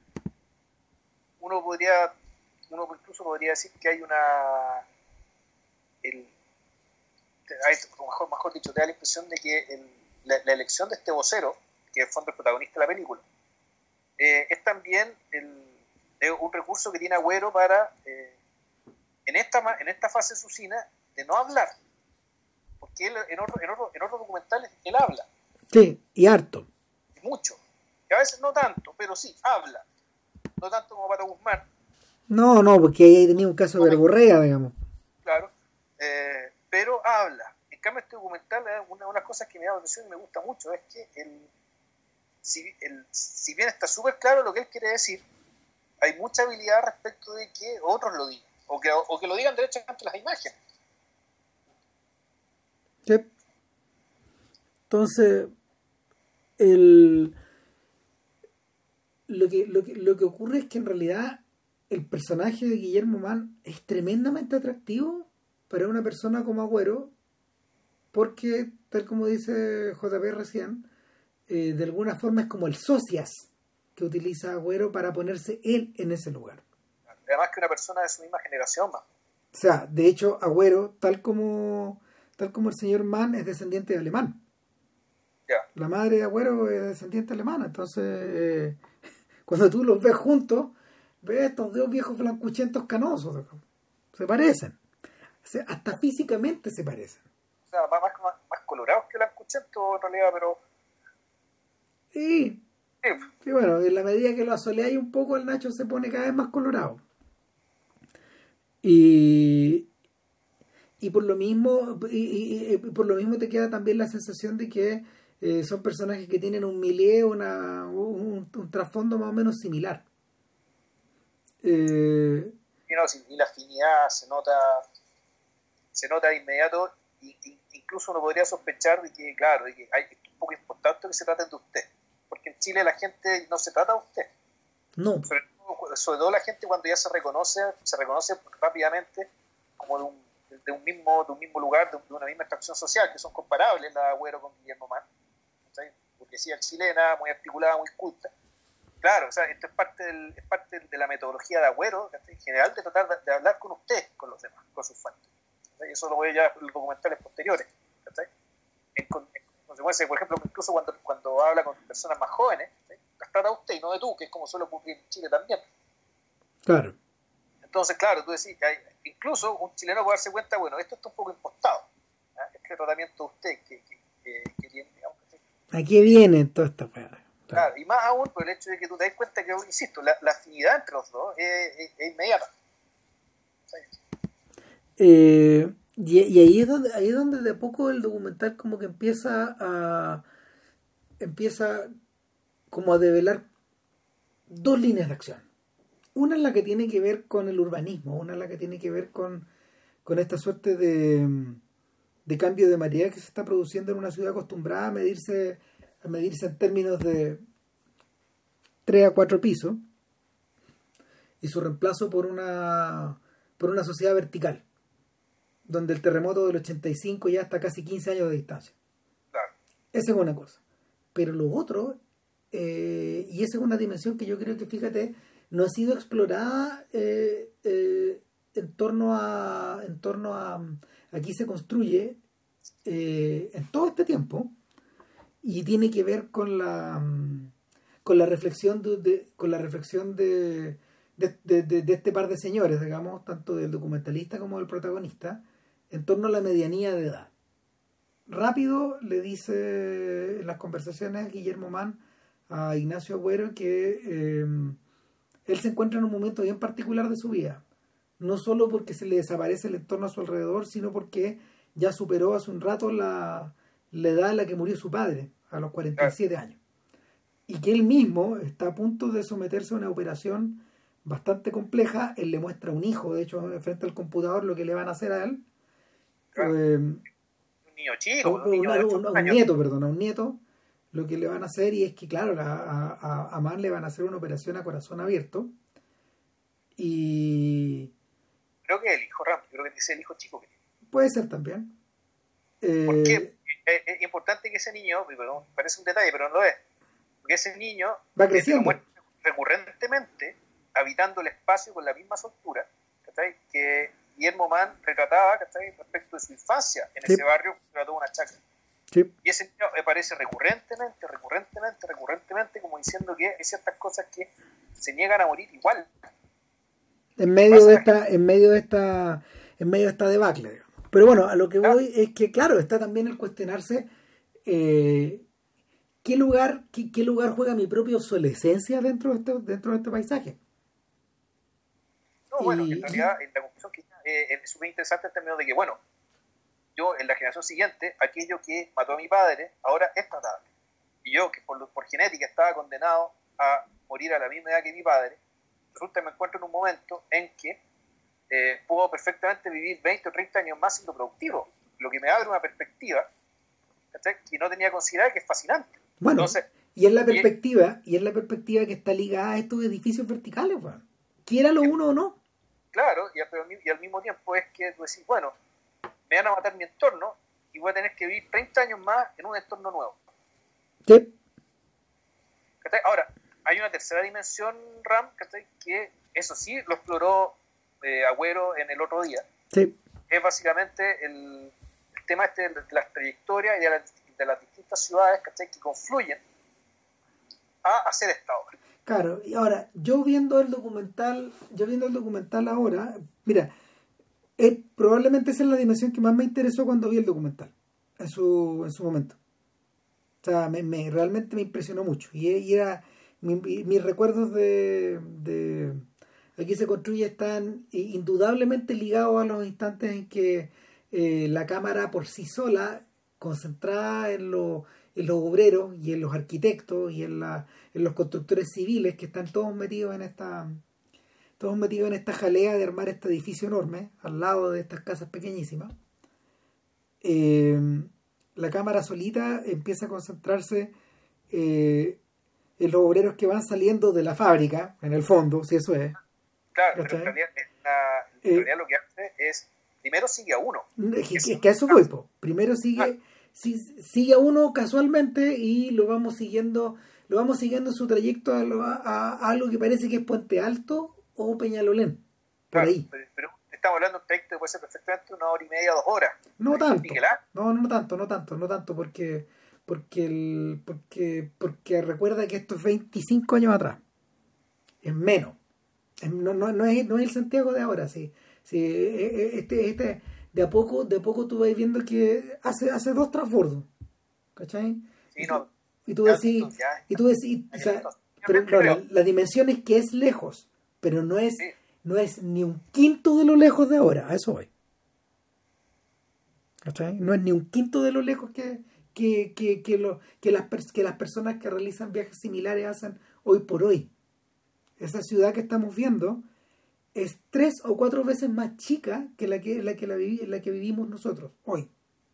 uno podría, uno incluso podría decir que hay una, el, hay, mejor, mejor dicho, te da la impresión de que el, la, la elección de este vocero, que es el fondo el protagonista de la película, eh, es también el, es un recurso que tiene Agüero para, eh, en, esta, en esta fase de su cine, de no hablar, porque él, en, otro, en, otro, en otros documentales él habla,
Sí, y harto.
mucho, y a veces no tanto, pero sí, habla, no tanto como Pato Guzmán,
No, no, porque ahí tenía un caso de verborrea, digamos.
claro, eh, pero habla. En cambio, este documental, eh, una de las cosas que me da la atención y me gusta mucho es que el, si, el, si bien está súper claro lo que él quiere decir, hay mucha habilidad respecto de que otros lo digan, o que, o que lo digan derechamente las imágenes.
Sí. Entonces, el, lo, que, lo, que, lo que ocurre es que en realidad el personaje de Guillermo Mann es tremendamente atractivo para una persona como Agüero, porque, tal como dice J P recién, eh, de alguna forma es como el socias que utiliza Agüero para ponerse él en ese lugar.
Además que una persona de su misma generación, más.
O sea, de hecho, Agüero, tal como, tal como el señor Mann, es descendiente de alemán.
Ya.
La madre de Agüero es descendiente alemana. Entonces, eh, cuando tú los ves juntos, ves estos dos viejos blancuchentos canosos. Se parecen. O sea, hasta físicamente se parecen.
O sea, más, más, más colorados que la escuchento en realidad, pero
Sí, Y bueno, en la medida que lo asoleáis un poco, el Nacho se pone cada vez más colorado. Y, y por lo mismo, y, y- y por lo mismo te queda también la sensación de que eh, son personajes que tienen un milieu, una, un, un trasfondo más o menos similar. Eh,
Y, no, sí, y la afinidad se nota, se nota de inmediato, y, y- incluso uno podría sospechar de que, claro, de que hay, es un poco importante que se traten de usted, porque en Chile la gente no se trata de usted,
no,
sobre todo, sobre todo la gente cuando ya se reconoce, se reconoce rápidamente como de un, de un mismo, de un mismo lugar, de, un- de una misma extracción social, que son comparables la Agüero con Guillermo Mann, ¿sí? Burguesía chilena, muy articulada, muy culta. Claro, o sea, esto es parte, del, es parte de la metodología de Agüero, ¿sí? En general, de tratar de, de hablar con usted, con los demás, con sus fuentes. ¿Sí? Eso lo voy ya en los documentales posteriores. ¿Sí? En, con- en consecuencia, por ejemplo, incluso cuando, cuando habla con personas más jóvenes, ¿sí? Las trata usted y no de tú, que es como suele ocurrir en Chile también.
claro.
Entonces, claro, tú decís, hay, incluso un chileno puede darse cuenta, bueno, esto está un poco impostado, ¿sí? Este tratamiento de usted que, que, que, que tiene, digamos, ¿sí?
¿A qué viene toda esta weá? Claro.
Claro, y más aún por el hecho de que tú te das cuenta que, insisto, la, la afinidad entre los dos es, es, es inmediata. ¿Sí?
Eh, y, y ahí es donde, ahí es donde de a poco el documental como que empieza a empieza como a develar dos líneas de acción. Una es la que tiene que ver con el urbanismo, una es la que tiene que ver con, con esta suerte de, de cambio de marea que se está produciendo en una ciudad acostumbrada a medirse, a medirse en términos de tres a cuatro pisos, y su reemplazo por una, por una sociedad vertical, donde el terremoto del ochenta y cinco ya está a casi quince años de distancia.
Claro.
Esa es una cosa. Pero lo otro, eh, y esa es una dimensión que yo creo que, fíjate, no ha sido explorada eh, eh, en torno a, en torno a, aquí se construye eh, en todo este tiempo, y tiene que ver con la con la reflexión de, de- con la reflexión de de, de- de- de este par de señores, digamos, tanto del documentalista como del protagonista, en torno a la medianía de edad. Rápido le dice en las conversaciones Guillermo Mann a Ignacio Agüero que eh, él se encuentra en un momento bien particular de su vida, no solo porque se le desaparece el entorno a su alrededor, sino porque ya superó hace un rato la, la edad en la que murió su padre, a los cuarenta y
Claro.
siete años, y que él mismo está a punto de someterse a una operación bastante compleja. Él le muestra a un hijo, de hecho, frente al computador, lo que le van a hacer a él.
Claro.
Eh,
Un niño chico,
a
un niño de
un,
ocho
un- a un
años.
nieto, perdón, a un nieto, lo que le van a hacer, y es que, claro, la- a, a, a Man le van a hacer una operación a corazón abierto, y
Creo que el hijo Ram, creo que es el hijo chico que tiene.
puede ser también.
¿Por qué?
Eh,
Es, es importante que ese niño, perdón, parece un detalle, pero no lo es, porque ese niño
va
eh, te lo
creciendo.
muestra recurrentemente habitando el espacio con la misma soltura, ¿cachai? Que Guillermo Mann retrataba, ¿cachai? Respecto de su infancia en
Sí.
ese barrio, trató una chacra.
Sí.
Y ese niño aparece recurrentemente, recurrentemente, recurrentemente, como diciendo que hay ciertas cosas que se niegan a morir igual.
En medio de esta, en medio de esta, en medio de esta debacle, digamos. Pero bueno, a lo que voy es que, claro, está también el cuestionarse eh, qué lugar, qué, qué lugar juega mi propia obsolescencia dentro de este, dentro de este paisaje.
No, bueno,
Y,
en realidad la conclusión que eh, es súper interesante en términos de que, bueno, yo en la generación siguiente, aquello que mató a mi padre, ahora es tratable. Y yo, que por, por genética estaba condenado a morir a la misma edad que mi padre, resulta que me encuentro en un momento en que eh, puedo perfectamente vivir veinte o treinta años más siendo productivo, lo que me abre una perspectiva, ¿cachai? Que no tenía considerada, que es fascinante.
bueno,
Entonces,
y es la
y-
perspectiva, y es la perspectiva que está ligada a estos edificios verticales, weón. Quiera lo uno o no.
claro, y, pero al mi- y al mismo tiempo es que tú decís, bueno, me van a matar mi entorno y voy a tener que vivir treinta años más en un entorno nuevo.
Sí.
¿Cachai? Ahora, hay una tercera dimensión, Ram, ¿cachai? Que eso sí lo exploró eh, Agüero en El Otro Día.
Sí.
Es básicamente el, el tema este de las trayectorias y de, la, de las distintas ciudades, ¿cachai? Que confluyen a hacer esta obra.
Claro, y ahora, yo viendo el documental, yo viendo el documental ahora, mira, eh, probablemente esa es la dimensión que más me interesó cuando vi el documental, en su, en su momento. O sea, me, me- realmente me impresionó mucho. Y, y era, mi, mi, mis recuerdos de, de Aquí se construye están indudablemente ligados a los instantes en que eh, la cámara por sí sola, concentrada en, lo, en los obreros y en los arquitectos y en, la, en los constructores civiles que están todos metidos en esta todos metidos en esta jalea de armar este edificio enorme al lado de estas casas pequeñísimas. Eh, la cámara solita empieza a concentrarse eh, en los obreros que van saliendo de la fábrica, en el fondo, si eso es.
Claro, pero en realidad, la, en realidad eh, lo que hace es, primero sigue a uno.
Es que, es que a eso voy, po. Primero sigue, ah. si, sigue a uno casualmente y lo vamos siguiendo, lo vamos siguiendo en su trayecto a, lo, a, a algo que parece que es Puente Alto o Peñalolén, por
claro,
ahí.
Pero, pero estamos hablando de un trayecto que puede ser perfectamente una hora y media, dos horas.
No tanto, no, no tanto, no tanto, no tanto, porque porque el, porque porque recuerda que esto es veinticinco años atrás. Es menos. No, no, no, es, no es el Santiago de ahora, sí. sí este, este, de a poco, de a poco tú vas viendo que hace, hace dos transbordos. ¿Cachai?
Sí, no.
Y tú decís, y tú decís, o sea, pero no, la, la dimensión es que es lejos, pero no es, sí. no es ni un quinto de lo lejos de ahora, a eso voy. ¿Cachai? No es ni un quinto de lo lejos que, que, que, que, lo, que, las, que las personas que realizan viajes similares hacen hoy por hoy. Esa ciudad que estamos viendo es tres o cuatro veces más chica que la que la que la, vivi, la que vivimos nosotros hoy.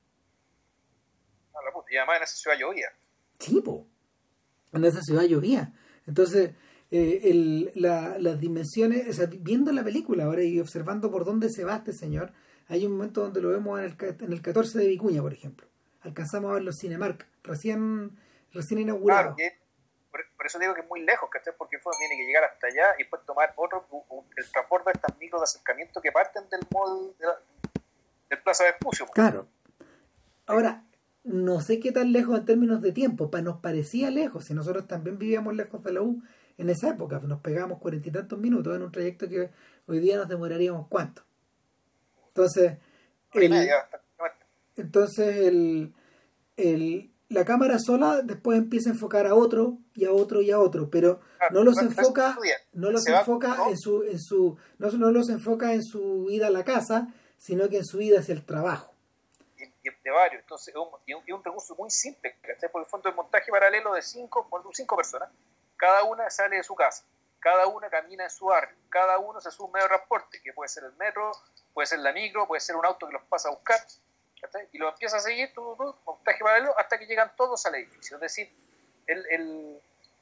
A la puta, y además en esa ciudad llovía.
Sí, po. En esa ciudad llovía. Entonces, eh, el, la, las dimensiones, o sea, viendo la película ahora y observando por dónde se va este señor, hay un momento donde lo vemos en el, en el catorce de Vicuña, por ejemplo. Alcanzamos a ver los Cinemark, recién, recién inaugurados.
Claro, por, por eso digo que es muy lejos, ¿cachai? Porque el fondo tiene que llegar hasta allá y después tomar otro, el transporte de estas micros de acercamiento que parten del mall de la, del Plaza Vespucio.
Claro. Ahora, no sé qué tan lejos en términos de tiempo, pa, nos parecía lejos, si nosotros también vivíamos lejos de la U en esa época, nos pegábamos cuarenta y tantos minutos en un trayecto que hoy día nos demoraríamos cuánto. Entonces, el, entonces el, el, la cámara sola después empieza a enfocar a otro y a otro y a otro, pero claro, no los enfoca, no los enfoca en su, en su, no, no los enfoca en su ida a la casa, sino que en su ida hacia el trabajo.
De varios, entonces y un, y un recurso muy simple, ¿cachai? Por el fondo del montaje paralelo de cinco, cinco personas, cada una sale de su casa, cada una camina en su barrio, cada uno se sube un medio de transporte, que puede ser el metro, puede ser la micro, puede ser un auto que los pasa a buscar, ¿cachai? Y lo empieza a seguir, tú, tú, montaje paralelo, hasta que llegan todos al edificio. Es decir, el, el,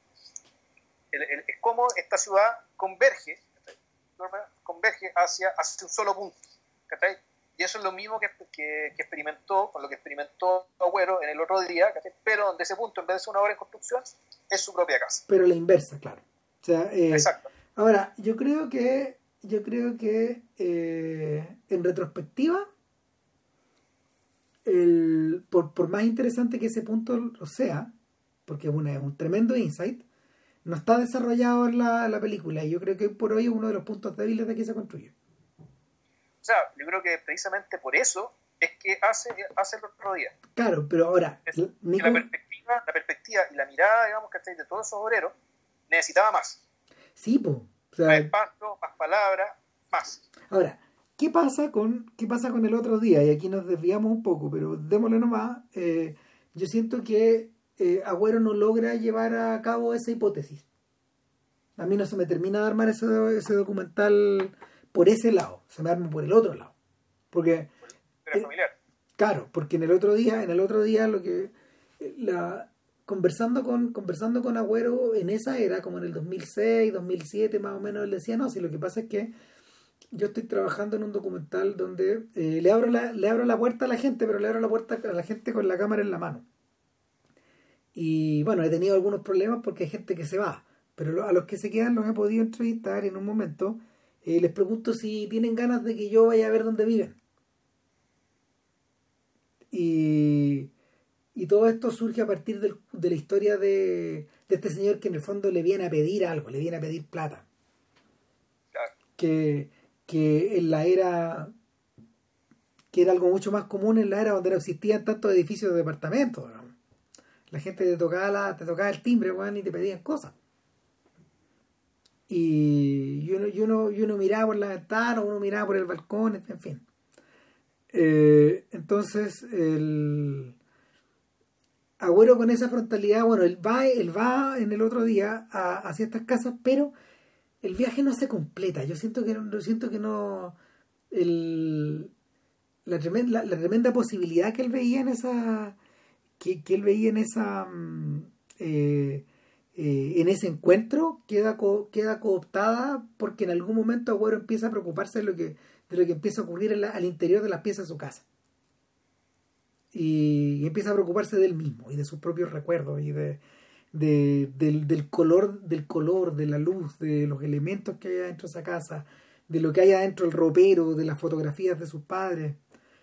el, el, es como esta ciudad converge, ¿cachai? converge hacia, hacia un solo punto, ¿cachai? Y eso es lo mismo que, que, que experimentó, con lo que experimentó Agüero en el otro día, ¿cachai? Pero donde ese punto, en vez de ser una obra en construcción, es su propia casa.
Pero la inversa, claro. O sea, eh, Exacto. Ahora, yo creo que, yo creo que eh, en retrospectiva, el, por, por más interesante que ese punto lo sea, porque es, una, es un tremendo insight, no está desarrollado en la, la película, y yo creo que por hoy es uno de los puntos débiles de que se construye.
O sea, yo creo que precisamente por eso es que hace, hace el otro día.
Claro, pero ahora...
Es, Nico... la, perspectiva, la perspectiva y la mirada, digamos, ¿cachai? De todos esos obreros necesitaba más.
Sí, pues. O sea,
más espacio, más palabras, más.
Ahora, ¿qué pasa con qué pasa con el otro día? Y aquí nos desviamos un poco, pero démosle nomás. Eh, yo siento que eh, Agüero no logra llevar a cabo esa hipótesis. A mí no se me termina de armar ese, ese documental... por ese lado, se me arma por el otro lado. Porque
Pero familiar.
Claro, porque en el otro día, en el otro día lo que la conversando con conversando con Agüero en esa era, como en el dos mil seis, dos mil siete más o menos, él decía, "No, si lo que pasa es que yo estoy trabajando en un documental donde eh, le abro la le abro la puerta a la gente, pero le abro la puerta a la gente con la cámara en la mano. Y bueno, he tenido algunos problemas porque hay gente que se va, pero a los que se quedan los he podido entrevistar en un momento. Eh, les pregunto si tienen ganas de que yo vaya a ver dónde viven. Y, y todo esto surge a partir del, de la historia de, de este señor que en el fondo le viene a pedir algo, le viene a pedir plata.
Claro.
Que, que en la era, que era algo mucho más común en la era donde no existían tantos edificios de departamentos, ¿no? La gente te tocaba, la, te tocaba el timbre, bueno, y te pedían cosas. y, y, uno, y, uno, y uno miraba por la ventana, uno miraba por el balcón, en fin. Eh, entonces, el Agüero con esa frontalidad, bueno, él va, él va en el otro día a, hacia estas casas, pero el viaje no se completa. Yo siento que no, siento que no el, la, tremenda, la, la tremenda posibilidad que él veía en esa que, que él veía en esa mm, eh, eh, en ese encuentro queda co, queda cooptada porque en algún momento Agüero empieza a preocuparse de lo que de lo que empieza a ocurrir en la, al interior de las piezas de su casa y, y empieza a preocuparse de él mismo y de sus propios recuerdos y de De, del, del color del color, de la luz, de los elementos que hay dentro de esa casa, de lo que hay adentro del ropero, de las fotografías de sus padres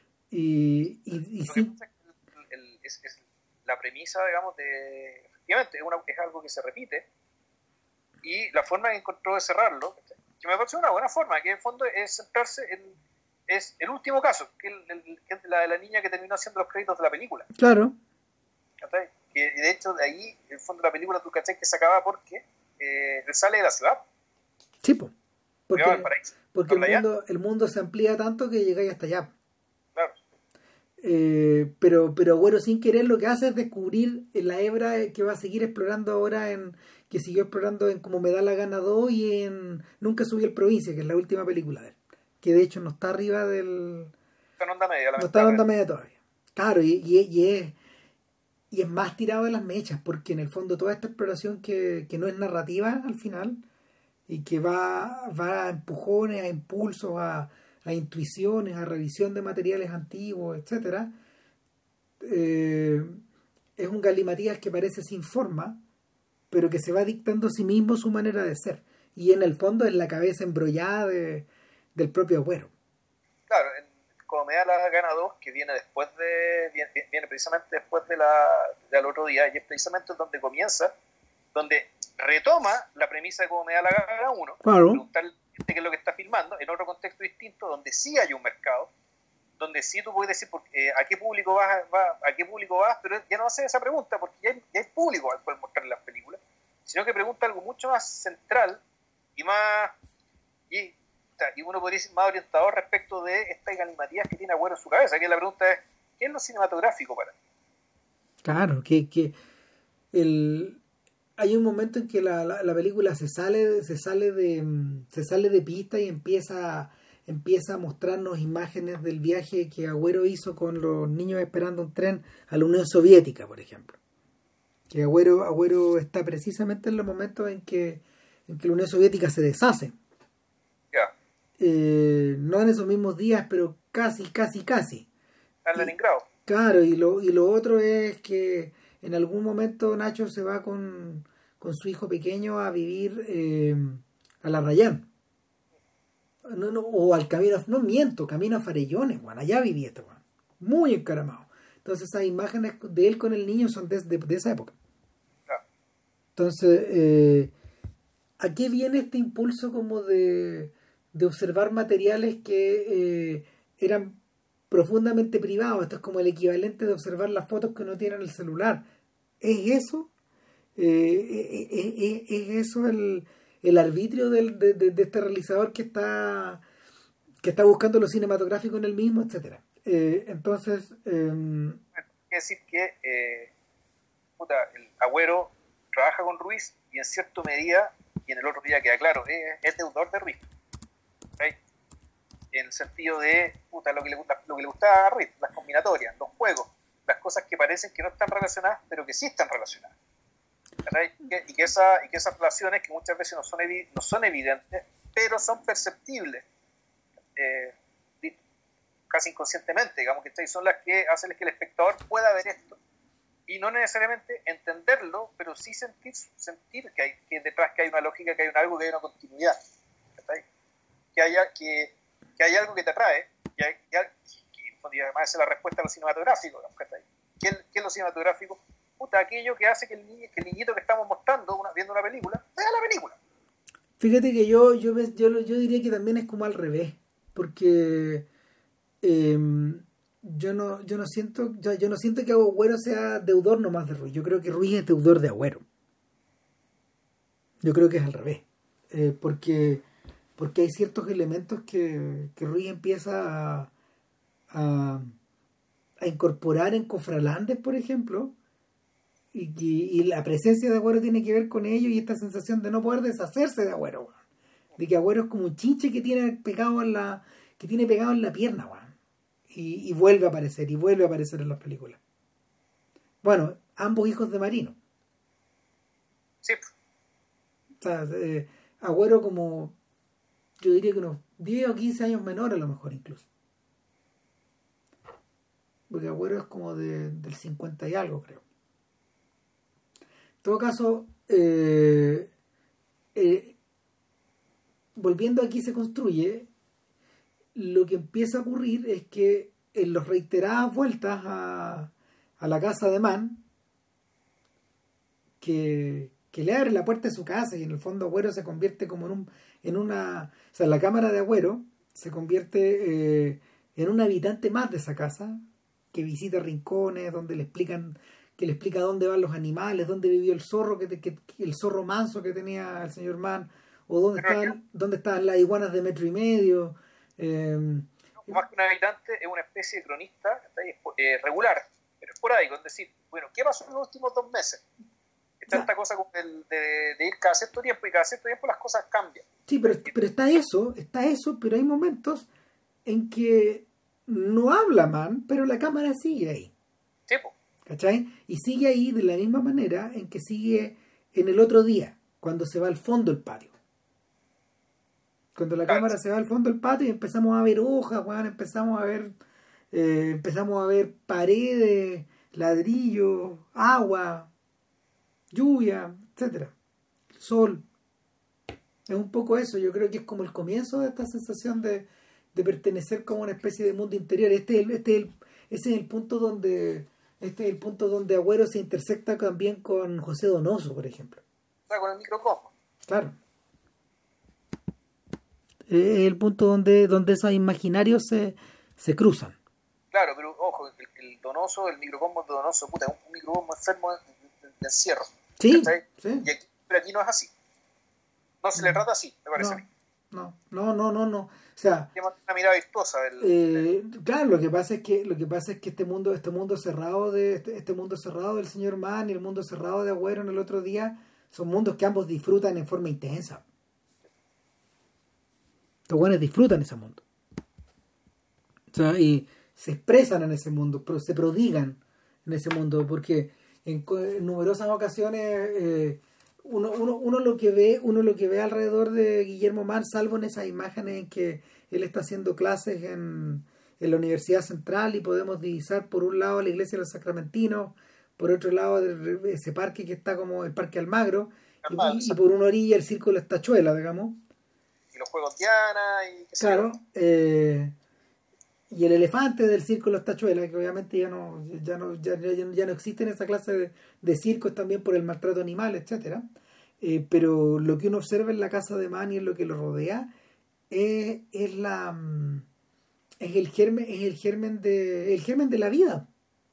y, y, y
Lo que
sí.
pasa es, que el, el, es, es la premisa, digamos, de efectivamente es, una, es algo que se repite y la forma que encontró de cerrarlo, que me parece una buena forma, que en el fondo es centrarse en es el último caso, que, el, el, que es la de la niña que terminó haciendo los créditos de la película.
Claro.
¿Cachai? Que de hecho de ahí, en el fondo de la película, tú cachai que se acaba porque eh, él sale de la ciudad.
Sí, po. Porque, porque el,
allá.
mundo, el mundo se amplía tanto que llegáis hasta allá.
Claro.
Eh, pero, pero Agüero sin querer lo que hace es descubrir en la hebra que va a seguir explorando ahora, en que siguió explorando en Como me da la gana dos y en Nunca subí el Provincia, que es la última película de él. Que de hecho no está arriba del...
Está en onda media.
No está en onda media todavía. Claro, y, y, y es... Y es más tirado de las mechas, porque en el fondo toda esta exploración que, que no es narrativa al final, y que va, va a empujones, a impulsos, a, a intuiciones, a revisión de materiales antiguos, etcétera, eh, es un galimatías que parece sin forma, pero que se va dictando a sí mismo su manera de ser. Y en el fondo es la cabeza embrollada de, del propio Agüero.
Claro, en Como me da la gana dos, que viene después de viene, viene precisamente después de la del otro día, y es precisamente donde comienza, donde retoma la premisa de Como me da la gana uno,
claro.
Preguntarle qué es lo que está filmando en otro contexto distinto, donde sí hay un mercado, donde sí tú puedes decir eh, a qué público vas, va, a qué público vas, pero ya no hace esa pregunta porque ya hay, ya hay público al cual mostrarle las películas, sino que pregunta algo mucho más central y más y y uno podría decir más orientador respecto de estas galimatías que tiene Agüero en su cabeza, que la pregunta es, ¿qué es lo cinematográfico para él?
Claro, que, que el, hay un momento en que la, la, la película se sale, se sale de se sale de pista y empieza, empieza a mostrarnos imágenes del viaje que Agüero hizo con los niños esperando un tren a la Unión Soviética, por ejemplo. Que Agüero, Agüero está precisamente en los momentos en que, en que la Unión Soviética se deshace.
Yeah.
Eh, no en esos mismos días, pero casi, casi, casi.
En Leningrado.
Claro, y lo, y lo otro es que en algún momento Nacho se va con, con su hijo pequeño a vivir eh, a la Rayán. No, no, o al camino, no miento, camino a Farellones, Juan, allá vivía este Juan. Muy encaramado. Entonces esas imágenes de él con el niño son de, de, de esa época.
Yeah.
Entonces, eh, ¿a qué viene este impulso como de... de observar materiales que eh, eran profundamente privados? Esto es como el equivalente de observar las fotos que uno tiene en el celular. ¿Es eso? Eh, ¿es, es, es eso el, el arbitrio del, de, de, de este realizador que está que está buscando lo cinematográfico en el mismo, etcétera? Eh, entonces... Eh,
bueno, hay que decir que eh, puta, el Agüero trabaja con Ruiz y en cierta medida, y en el otro día queda claro, es, es deudor de Ruiz. ¿Okay? En el sentido de puta, lo, que le, lo que le gustaba a Ruiz, las combinatorias, los juegos, las cosas que parecen que no están relacionadas, pero que sí están relacionadas. Y que, y que, esa, y que esas relaciones que muchas veces no son, evi- no son evidentes, pero son perceptibles, eh, casi inconscientemente, digamos, que son las que hacen que el espectador pueda ver esto y no necesariamente entenderlo, pero sí sentir, sentir que hay que detrás que hay una lógica, que hay un algo, que hay una continuidad, ¿sí? que haya que, que hay algo que te atrae y, hay, y, hay, y además es la respuesta a lo cinematográfico, ¿sí? ¿Qué, ¿Qué es lo cinematográfico? Puta, aquello que hace que el, niño, que el niñito que estamos mostrando una, viendo una película vea la película.
Fíjate que yo yo, yo yo diría que también es como al revés, porque eh, yo no yo no siento yo, yo no siento que Agüero sea deudor nomás de Ruiz. Yo creo que Ruiz es deudor de Agüero. Yo creo que es al revés. eh, porque, porque hay ciertos elementos que, que Ruiz empieza a, a, a incorporar en Cofralandes, por ejemplo, y, y, y la presencia de Agüero tiene que ver con ello y esta sensación de no poder deshacerse de Agüero, weón. De que Agüero es como un chinche que tiene pegado en la, que tiene pegado en la pierna, weón. Y, y vuelve a aparecer, y vuelve a aparecer en las películas. Bueno, ambos hijos de Marino.
Sí.
O sea, eh, Agüero como, yo diría que unos diez o quince años menor a lo mejor incluso. Porque Agüero es como de, del cincuenta y algo, creo. En todo caso, eh, eh, volviendo aquí se construye, lo que empieza a ocurrir es que en las reiteradas vueltas a, a la casa de Mann, que, que le abre la puerta de su casa y en el fondo Agüero se convierte como en un en una, o sea, la cámara de Agüero se convierte eh, en un habitante más de esa casa, que visita rincones donde le explican, que le explica dónde van los animales, dónde vivió el zorro, que, que, que el zorro manso que tenía el señor Mann, o dónde estaban, dónde estaban las iguanas de metro y medio. Eh,
Más que un habitante, es una especie de cronista eh, regular, pero esporádico, es decir, bueno, ¿qué pasó en los últimos dos meses? Está esta cosa como el, de, de ir cada cierto tiempo y cada cierto tiempo las cosas cambian.
Sí, pero, pero está eso, está eso, pero hay momentos en que no habla Mann, pero la cámara sigue ahí.
Sí, po.
¿Cachai? Y sigue ahí de la misma manera en que sigue en el otro día, cuando se va al fondo del patio. Cuando la claro. cámara se va al fondo del patio y empezamos a ver hojas, bueno, empezamos a ver eh, empezamos a ver paredes, ladrillos, agua, lluvia, etcétera, sol. Es un poco eso, yo creo que es como el comienzo de esta sensación de, de pertenecer como una especie de mundo interior. Este es el, este es el, ese es el punto donde este es el punto donde Agüero se intersecta también con José Donoso, por ejemplo.
O sea, con el microcosmos.
Claro. Es el punto donde, donde esos imaginarios se, se cruzan.
Claro, pero ojo, el, el Donoso, el microcosmos de Donoso, puta, es un microcosmos enfermo de, de, de encierro.
Sí, sí.
Y aquí, pero aquí no es así. No se le trata así, me parece
no,
a mí.
No, no, no, no, no. O sea,
tiene una mirada virtuosa del,
eh, del... claro, lo que pasa es que lo que pasa es que este mundo, este mundo cerrado de este, este mundo cerrado del señor Mann y el mundo cerrado de Agüero en el otro día son mundos que ambos disfrutan en forma intensa. Los buenos disfrutan ese mundo. O sea, y se expresan en ese mundo, pero se prodigan en ese mundo, porque en, en numerosas ocasiones eh, uno, uno, uno lo que ve, uno lo que ve alrededor de Guillermo Mann, salvo en esas imágenes en que él está haciendo clases en, en la Universidad Central y podemos divisar por un lado la iglesia de los Sacramentinos, por otro lado ese parque que está como el Parque Almagro, Almagro y, y por una orilla el Círculo de las Tachuelas, digamos.
Y los Juegos Diana y qué sé
claro, eh, y el elefante del Circo de las Tachuelas, que obviamente ya no ya no ya, ya, ya no existen esa clase de, de circos también por el maltrato animal, etcétera. Eh, pero lo que uno observa en la casa de Mann y en lo que lo rodea es, es la es el germen es el germen de el germen de la vida,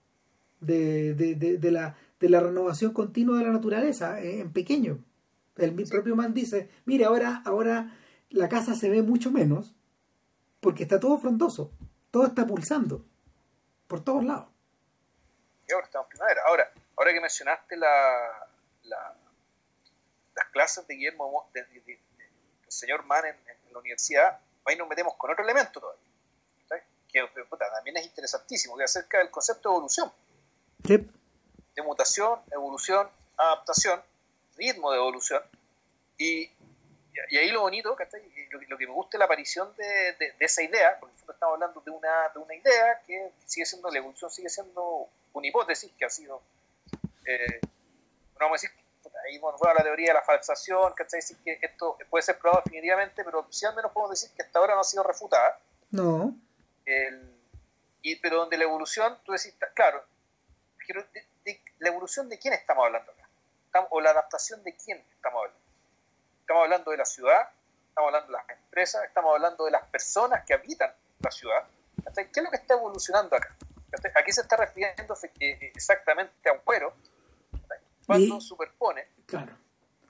de, de, de, de la de la renovación continua de la naturaleza eh, en pequeño. El sí. propio Mann dice, mire, ahora ahora la casa se ve mucho menos porque está todo frondoso, todo está pulsando por todos lados.
Y ahora estamos en primavera. Ahora, ahora que mencionaste la, la las clases de Guillermo de, de, de, de, del señor Mann en, en la universidad, ahí nos metemos con otro elemento todavía, ¿sabes? Que puta, también es interesantísimo, que es acerca del concepto de evolución.
Sí.
De mutación, evolución, adaptación, ritmo de evolución. Y Y ahí lo bonito, lo, lo que me gusta es la aparición de, de, de esa idea, porque estamos hablando de una, de una idea que sigue siendo, la evolución sigue siendo una hipótesis que ha sido, eh, no vamos a decir, ahí bueno, fue la teoría de la falsación, ¿cachai? Decir que esto puede ser probado definitivamente, pero sí al menos podemos decir que hasta ahora no ha sido refutada.
No.
El, y, pero donde la evolución, tú decís, claro, pero de, de, ¿la evolución de quién estamos hablando acá? Estamos, o la adaptación de quién estamos hablando. Estamos hablando de la ciudad, estamos hablando de las empresas, estamos hablando de las personas que habitan la ciudad. ¿Qué es lo que está evolucionando acá? Aquí se está refiriendo exactamente a Agüero cuando
y,
superpone
claro.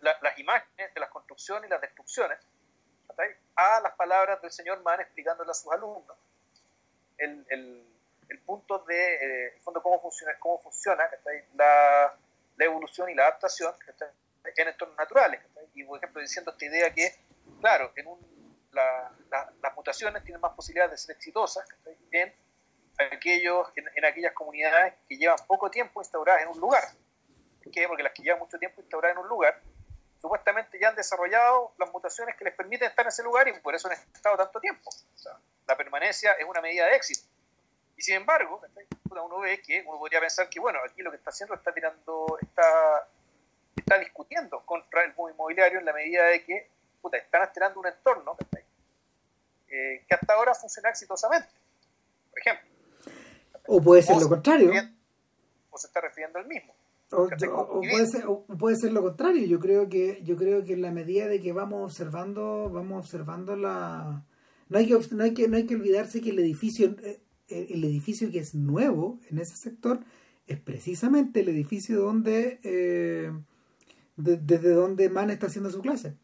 la, las imágenes de las construcciones y las destrucciones, ¿sí? A las palabras del señor Mann explicándole a sus alumnos el, el, el punto de, eh, el fondo, cómo funciona, cómo funciona la, la evolución y la adaptación en entornos naturales. Y, por ejemplo, diciendo esta idea que, claro, en un, la, la, las mutaciones tienen más posibilidades de ser exitosas en, aquellos, en, en aquellas comunidades que llevan poco tiempo instauradas en un lugar. ¿Por qué? Porque las que llevan mucho tiempo instauradas en un lugar, supuestamente ya han desarrollado las mutaciones que les permiten estar en ese lugar y por eso han estado tanto tiempo. O sea, la permanencia es una medida de éxito. Y sin embargo, uno ve que uno podría pensar que, bueno, aquí lo que está haciendo está tirando, está, está discutiendo contra el boom inmobiliario en la medida de que puta, están alterando un entorno eh, que hasta ahora funciona exitosamente, por ejemplo.
O puede ser o lo contrario.
O se está refiriendo al mismo.
O, o, o, puede ser, o puede ser lo contrario. Yo creo que yo creo que en la medida de que vamos observando vamos observando la no hay que no hay que no hay que olvidarse que el edificio el edificio que es nuevo en ese sector es precisamente el edificio donde eh, de, desde donde Mann está haciendo su clase.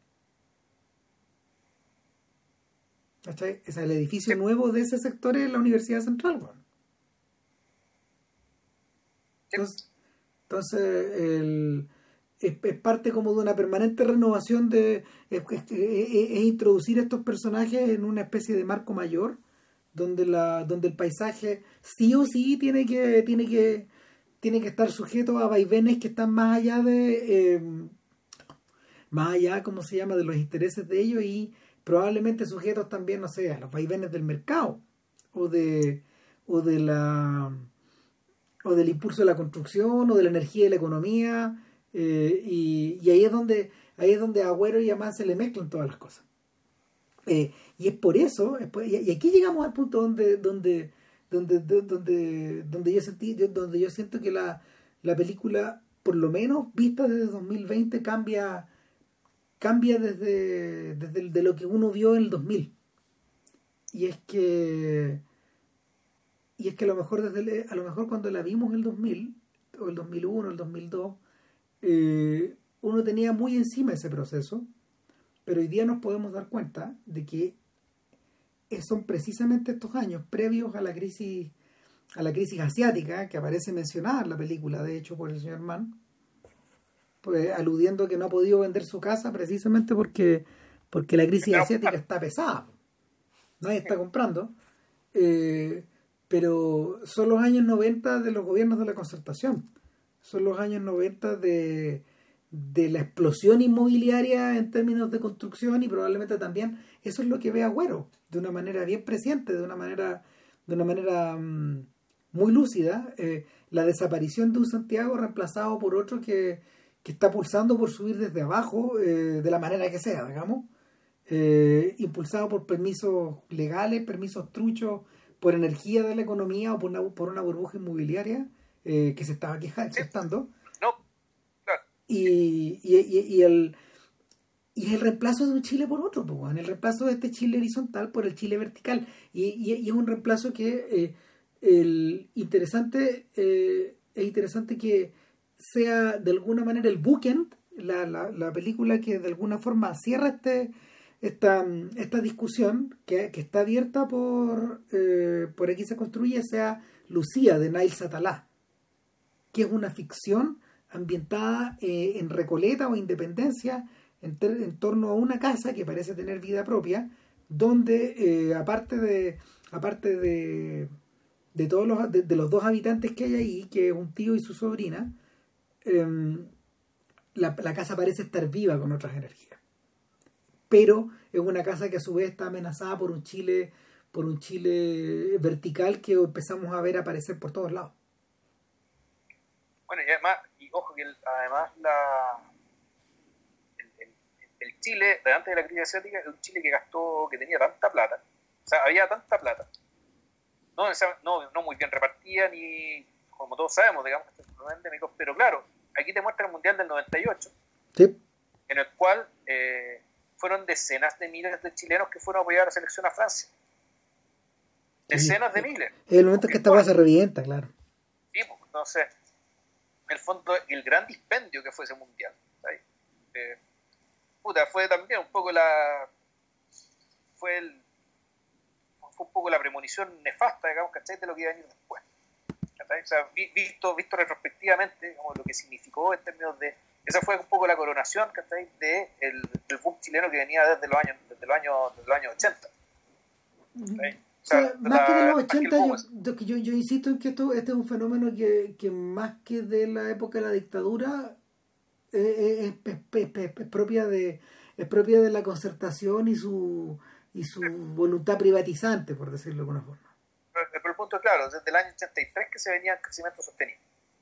¿Cachai? O sea, el edificio sí. nuevo de ese sector es la Universidad Central. Bueno. Entonces, entonces el, es, es parte como de una permanente renovación de es, es, es, es introducir a estos personajes en una especie de marco mayor donde la donde el paisaje sí o sí tiene que tiene que tiene que estar sujeto a vaivenes que están más allá de eh, más allá, ¿cómo se llama?, de los intereses de ellos y probablemente sujetos también, no sé, a los vaivenes del mercado o de o de la o del impulso de la construcción o de la energía de la economía eh, y, y ahí es donde ahí es donde a Agüero y a Mann se le mezclan todas las cosas eh, y es por eso es por, y aquí llegamos al punto donde donde donde donde donde yo sentí donde yo siento que la, la película por lo menos vista desde dos mil veinte cambia cambia desde desde de lo que uno vio en el dos mil y es que Y es que a lo mejor desde el, a lo mejor cuando la vimos en el dos mil, o el dos mil uno, el dos mil dos, eh, uno tenía muy encima ese proceso, pero hoy día nos podemos dar cuenta de que son precisamente estos años previos a la crisis a la crisis asiática, que aparece mencionada en la película, de hecho, por el señor Mann, pues aludiendo que no ha podido vender su casa precisamente porque, porque la crisis asiática está pesada. Nadie está comprando. Eh, pero son los años noventa de los gobiernos de la concertación, son los años noventa de, de la explosión inmobiliaria en términos de construcción y probablemente también eso es lo que ve Agüero de una manera bien presciente, de una manera de una manera um, muy lúcida, eh, la desaparición de un Santiago reemplazado por otro que, que está pulsando por subir desde abajo, eh, de la manera que sea, digamos, eh, impulsado por permisos legales, permisos truchos, por energía de la economía o por una, por una burbuja inmobiliaria eh, que se estaba quejando, gestando.
No, claro.
Y, y, y, y, el, y el reemplazo de un Chile por otro, pues, el reemplazo de este Chile horizontal por el Chile vertical. Y, y, y es un reemplazo que eh, el interesante eh, es interesante que sea de alguna manera el bookend, la, la, la película que de alguna forma cierra este esta, esta discusión que, que está abierta por eh, por Aquí se construye, sea Lucía de Nail Satalá, que es una ficción ambientada eh, en Recoleta o Independencia en, ter, en torno a una casa que parece tener vida propia, donde eh, aparte de aparte de de todos los de, de los dos habitantes que hay ahí, que es un tío y su sobrina, eh, la, la casa parece estar viva con otras energías, pero es una casa que a su vez está amenazada por un Chile por un Chile vertical que empezamos a ver aparecer por todos lados.
Bueno, y además, y ojo que el, además la el, el, el Chile de antes de la crisis asiática es un Chile que gastó, que tenía tanta plata, o sea, había tanta plata, no, no, no muy bien repartida, ni como todos sabemos, digamos, no endémicos, pero claro, aquí te muestra el Mundial del noventa y ocho,
sí,
en el cual eh, fueron decenas de miles de chilenos que fueron a apoyar a la selección a Francia. Decenas sí, de miles.
Es el momento en que esta cosa se revienta, claro.
Sí, pues, entonces, en el fondo, el gran dispendio que fue ese mundial. Eh, puta, fue también un poco la, fue el, fue un poco la premonición nefasta, digamos, ¿cachai? De lo que iba a venir después. ¿Cachai? O sea, visto, visto retrospectivamente, digamos, lo que significó en términos de, esa fue un poco la coronación, ¿cachai? De el, del boom chileno que venía desde los años, desde los años, desde los años ochenta.
¿Cachai? O sea, o sea, más la, que de los ochenta, yo, yo, yo insisto en que esto, este es un fenómeno que, que más que de la época de la dictadura eh, es, es, es, es, es propia de es propia de la concertación y su y su voluntad privatizante, por decirlo de alguna forma.
Pero, pero el punto es claro, desde el año ochenta y tres que se venía el crecimiento sostenido.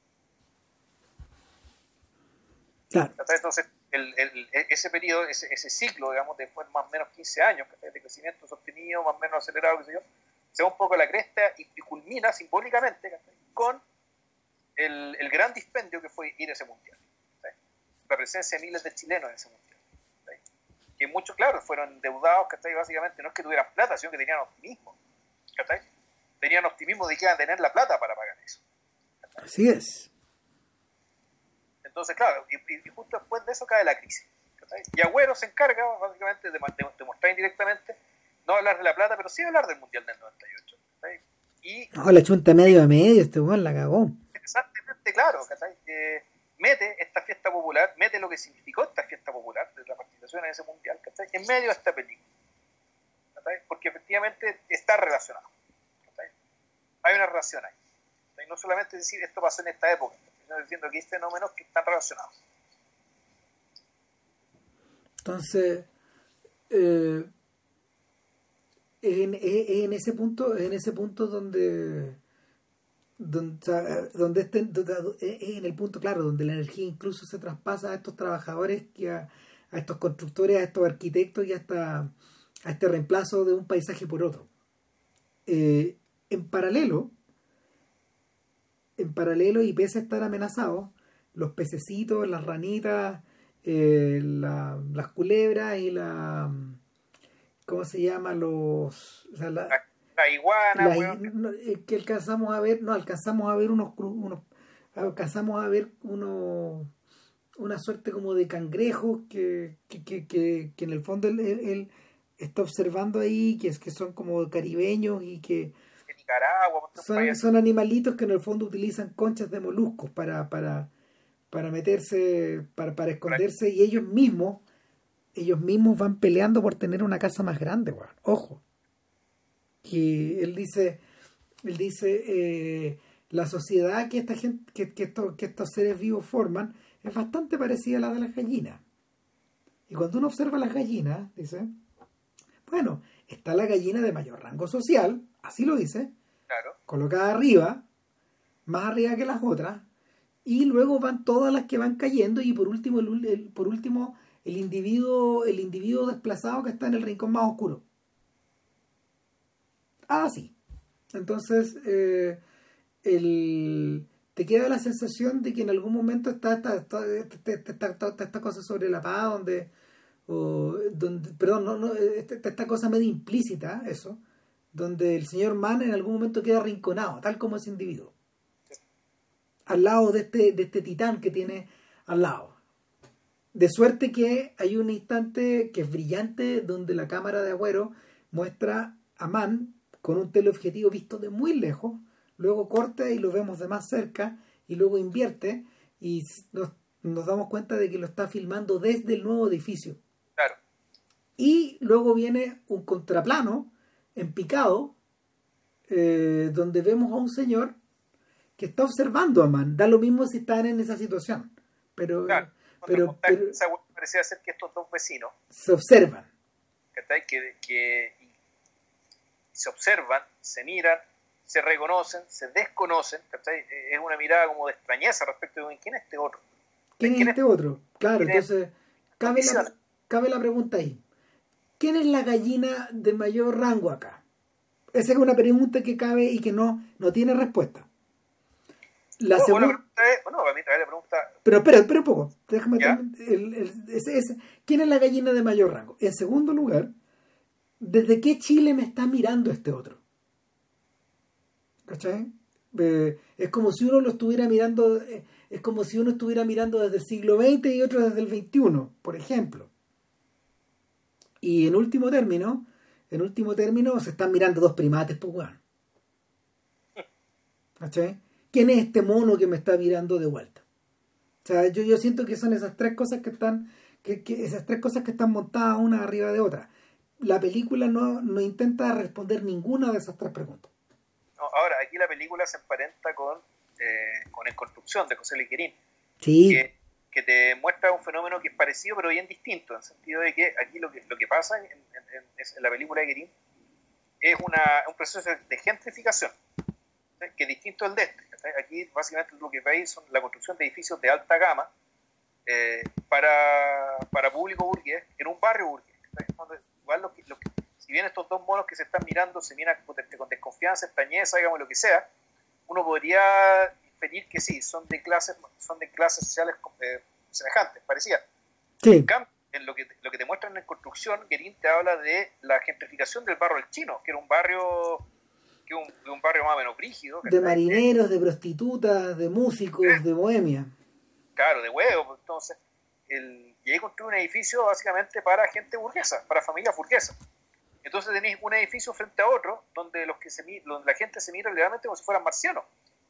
Claro.
Entonces, el, el, ese periodo, ese, ese ciclo, digamos, después de más o menos quince años de crecimiento sostenido, más o menos acelerado, qué sé yo, se va un poco a la cresta y, y culmina simbólicamente, ¿cachai? Con el, el gran dispendio que fue ir a ese mundial. ¿Cachai? La presencia de miles de chilenos en ese mundial. ¿Cachai? Que muchos, claro, fueron endeudados, ¿cachai? Básicamente no es que tuvieran plata, sino que tenían optimismo. ¿Cachai? Tenían optimismo de que iban a tener la plata para pagar eso. ¿Cachai?
Así es.
Entonces, claro, y, y justo después de eso cae la crisis. ¿Cachai? Y Agüero se encarga, básicamente, de, de, de mostrar indirectamente, no hablar de la plata, pero sí hablar del Mundial del noventa y ocho. ¿Cachai? Y,
no, la chunta medio a medio, este weón la cagó.
Interesantemente, claro, ¿cachai? Eh, mete esta fiesta popular, mete lo que significó esta fiesta popular, de la participación en ese Mundial, ¿cachai? En medio de esta película. ¿Cachai? Porque efectivamente está relacionado. ¿Cachai? Hay una relación ahí. ¿Cachai? No solamente decir esto pasó en esta época, sino diciendo que hay fenómenos que están relacionados.
Entonces, eh, en, en ese punto, en ese punto donde, donde, o sea, donde este, en el punto claro, donde la energía incluso se traspasa a estos trabajadores, que a, a estos constructores, a estos arquitectos y hasta a este reemplazo de un paisaje por otro. Eh, en paralelo, en paralelo y pese a estar amenazados, los pececitos, las ranitas, eh, la, las culebras y la, ¿cómo se llama? Los, o sea, la,
la, la iguana,
la,
bueno.
no, que alcanzamos a ver, no alcanzamos a ver unos, unos alcanzamos a ver unos, una suerte como de cangrejos que, que, que, que, que en el fondo él, él, él está observando ahí, que es que son como caribeños y que
Nicaragua,
son, son animalitos que en el fondo utilizan conchas de moluscos para, para, para meterse, para, para esconderse, y ellos mismos, ellos mismos van peleando por tener una casa más grande, bueno. Ojo. Que él dice, él dice, eh, la sociedad que esta gente, que, que, esto, que estos seres vivos forman, es bastante parecida a la de las gallinas. Y cuando uno observa las gallinas, dice, bueno, está la gallina de mayor rango social, así lo dice,
claro,
colocada arriba, más arriba que las otras, y luego van todas las que van cayendo, y por último el, el, por último el individuo el individuo desplazado que está en el rincón más oscuro. Ah, sí. Entonces eh, el, te queda la sensación de que en algún momento está esta, esta, esta, esta, esta, esta cosa sobre la paz, donde o donde, perdón, no, no, esta, esta cosa medio implícita, eso, donde el señor Mann en algún momento queda arrinconado, tal como ese individuo, al lado de este, de este titán que tiene al lado. De suerte que hay un instante que es brillante, donde la cámara de Agüero muestra a Mann con un teleobjetivo visto de muy lejos, luego corta y lo vemos de más cerca, y luego invierte, y nos, nos damos cuenta de que lo está filmando desde el nuevo edificio.
Claro.
Y luego viene un contraplano en picado, eh, donde vemos a un señor que está observando a Mann. Da lo mismo si están en esa situación, pero,
claro.
pero, pero
parecía ser que estos dos vecinos
se observan,
que, que se observan, se miran, se reconocen, se desconocen, ¿cachai? Es una mirada como de extrañeza respecto de quién es este otro.
¿Quién es este otro? Claro, entonces cabe la, cabe la pregunta ahí. ¿Quién es la gallina de mayor rango acá? Esa es una pregunta que cabe y que no, no tiene respuesta. La
bueno,
segunda...
bueno, bueno, a mí también la pregunta...
Pero espera, espera un poco. Déjame el, el, ese, ese. ¿Quién es la gallina de mayor rango? En segundo lugar, ¿desde qué Chile me está mirando este otro? ¿Cachai? Eh, es como si uno lo estuviera mirando, eh, es como si uno estuviera mirando desde el siglo veinte y otro desde el veintiuno, por ejemplo. Y en último término, en último término se están mirando dos primates, pues weón. ¿Cachai? ¿Quién es este mono que me está mirando de vuelta? O sea, yo, yo siento que son esas tres cosas que están, que, que esas tres cosas que están montadas una arriba de otra. La película no, no intenta responder ninguna de esas tres preguntas.
No, ahora, aquí la película se emparenta con, eh, con En Construcción, de José Luis Guerín.
Sí.
Que, que te muestra un fenómeno que es parecido pero bien distinto, en el sentido de que aquí lo que, lo que pasa en, en, en, en la película de Guerín es una, un proceso de gentrificación, ¿sí? Que es distinto al de este. ¿Sí? Aquí básicamente lo que veis son la construcción de edificios de alta gama eh, para, para público burgués en un barrio burgués. ¿Sí? Igual lo que, lo que, si bien estos dos monos que se están mirando se miran con, con desconfianza, extrañeza, digamos lo que sea, uno podría inferir que sí, son de clases, son de clases sociales eh, semejantes, parecidas.
Sí.
En cambio, en lo que, lo que te muestran en Construcción, Guerín te habla de la gentrificación del barrio del Chino, que era un barrio que un, de un barrio más o menos brígido.
De marineros, de prostitutas, de músicos, ¿Eh? de bohemia.
Claro, de huevos. Entonces, el, y ahí construye un edificio básicamente para gente burguesa, para familias burguesas. Entonces tenéis un edificio frente a otro donde, los que se, donde la gente se mira realmente como si fueran marcianos.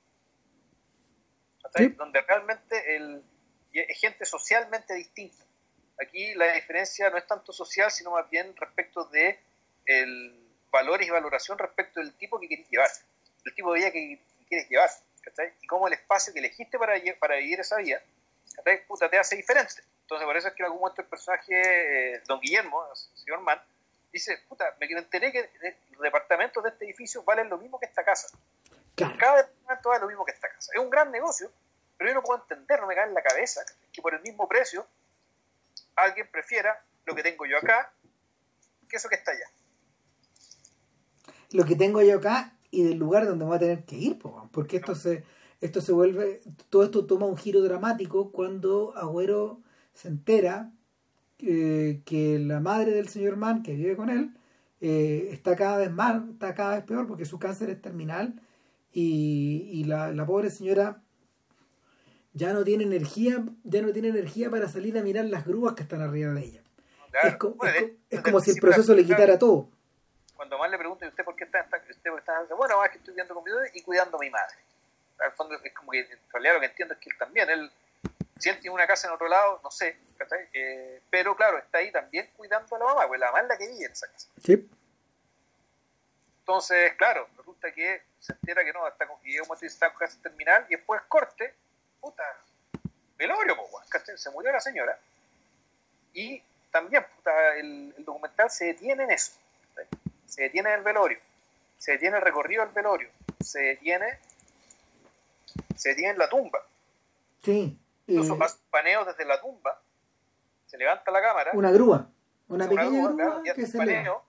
¿Sí? Donde realmente el, es gente socialmente distinta. Aquí la diferencia no es tanto social, sino más bien respecto de el, valores y valoración respecto del tipo que querés llevar, el tipo de vida que quieres llevar, ¿cachai? Y cómo el espacio que elegiste para, para vivir esa vida, ¿cachai? Puta, te hace diferente. Entonces por eso es que en algún momento el personaje, eh, don Guillermo, el señor Mann, dice, puta, me enteré que los departamentos de este edificio valen lo mismo que esta casa. Claro. Cada departamento vale lo mismo que esta casa. Es un gran negocio, pero yo no puedo entender, no me cae en la cabeza que por el mismo precio alguien prefiera lo que tengo yo acá que eso que está allá.
Lo que tengo yo acá y del lugar donde voy a tener que ir, porque esto se esto se vuelve, todo esto toma un giro dramático cuando Agüero se entera que, que la madre del señor Mann, que vive con él, eh, está cada vez mal, está cada vez peor porque su cáncer es terminal y, y la, la pobre señora ya no tiene energía, ya no tiene energía para salir a mirar las grúas que están arriba de ella. Claro. Es, co- bueno, es, co- es como si el proceso le quitara todo.
Cuando más le pregunto, ¿y usted por qué está, está, usted por qué está? Bueno, es que estoy viendo con mi y cuidando a mi madre. Al fondo es como que, en realidad lo que entiendo es que él también, él, si él tiene una casa en otro lado, no sé, eh, pero claro, está ahí también cuidando a la mamá, pues la mamá es la que vive en esa casa. Sí. Entonces, claro, resulta que se entera que no, está con, y llega un momento y está con casa terminal, y después corte, puta, velorio, pues, se murió la señora, y también, puta, el, el documental se detiene en eso. Se detiene el velorio, se detiene el recorrido del velorio, se detiene, se detiene en la tumba.
Sí.
Incluso eh, hace paneo desde la tumba, se levanta la cámara.
Una grúa, una
pequeña
una grúa,
grúa claro,
que se
paneo.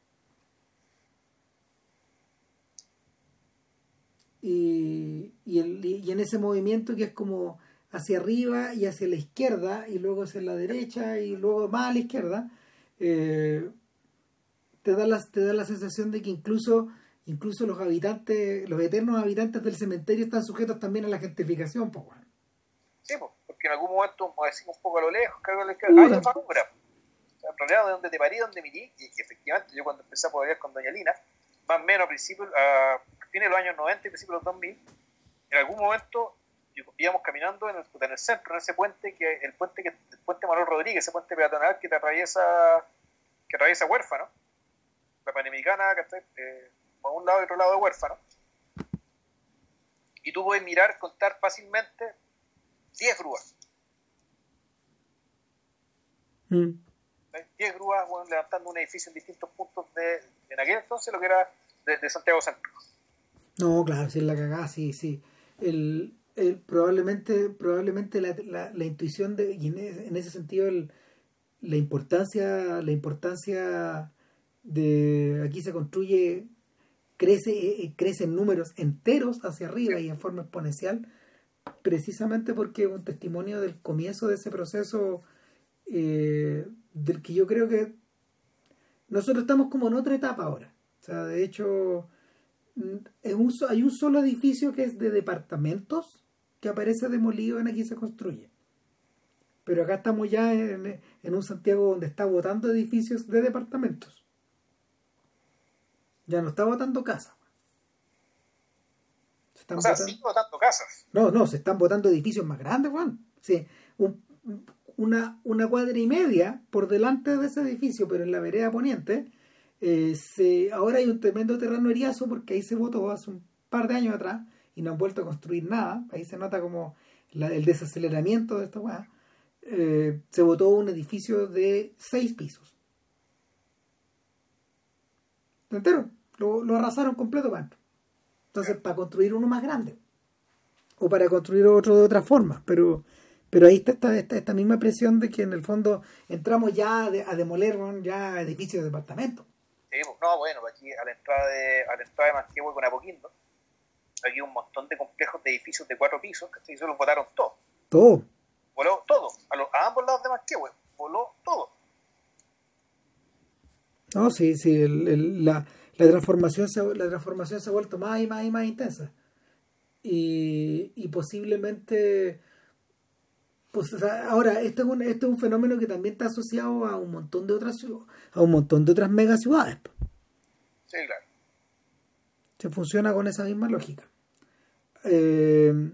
Y, y, el, y en ese movimiento que es como hacia arriba y hacia la izquierda y luego hacia la derecha y luego más a la izquierda, eh, te da la, te da la sensación de que incluso incluso los habitantes, los eternos habitantes del cementerio están sujetos también a la gentrificación, pues bueno.
Sí, pues, porque en algún momento, como decimos un poco a lo lejos, cargo la izquierda, hay otra obra. O sea, en realidad, de donde te parí, donde miré, y, y efectivamente, yo cuando empecé a poder con Doña Lina, más o menos a principios, a fines de los años noventa y principios de los dos mil, en algún momento íbamos caminando en el, en el centro, en ese puente, que el puente que el puente Manuel Rodríguez, ese puente peatonal que te atraviesa, que atraviesa Huérfano, la Panamericana, que está eh, a un lado y otro lado de Huérfano, y tú puedes mirar, contar fácilmente diez grúas.
Mm.
diez grúas, bueno, levantando un edificio en distintos puntos de, en aquel entonces, lo que era de, de Santiago Centro.
No, claro, si es la cagada, sí, sí. El, el, probablemente probablemente la, la, la intuición de, y en, en ese sentido el, la importancia la importancia de aquí se construye, crece eh, crece en números enteros hacia arriba, sí, y en forma exponencial, precisamente porque es un testimonio del comienzo de ese proceso, eh, del que yo creo que nosotros estamos como en otra etapa ahora. O sea, de hecho, es un, hay un solo edificio que es de departamentos que aparece demolido en Aquí se construye. Pero acá estamos ya en, en un Santiago donde está botando edificios de departamentos. Ya no está botando casas. Se están
O sea,
botando...
sigue botando casas.
No, no, se están botando edificios más grandes, Juan. Sí, un, una, una cuadra y media por delante de ese edificio, pero en la vereda poniente, eh, se, ahora hay un tremendo terreno eriazo porque ahí se votó hace un par de años atrás y no han vuelto a construir nada. Ahí se nota como la, el desaceleramiento de esta weá. Eh, se votó un edificio de seis pisos. Entero. Lo, lo arrasaron completo, pan. Entonces, para construir uno más grande. O para construir otro de otra forma. Pero, pero ahí está esta, esta, esta misma presión de que en el fondo entramos ya de, a demoler ya edificios de departamentos.
Sí, pues, no, bueno, aquí a la entrada de, a la entrada de Manquehue con Apoquindo, aquí hay un montón de complejos de edificios de cuatro pisos que se los votaron todos.
Todo.
Voló todo, a, los, a ambos lados de Manquehue, voló todo.
No, sí, sí, el, el, la, la, transformación se, la transformación se ha vuelto más y más y más intensa. Y, y posiblemente... Pues, o sea, ahora, este es, un, este es un fenómeno que también está asociado a un montón de otras a un montón de otras megaciudades.
Sí, claro.
Se funciona con esa misma lógica. Eh,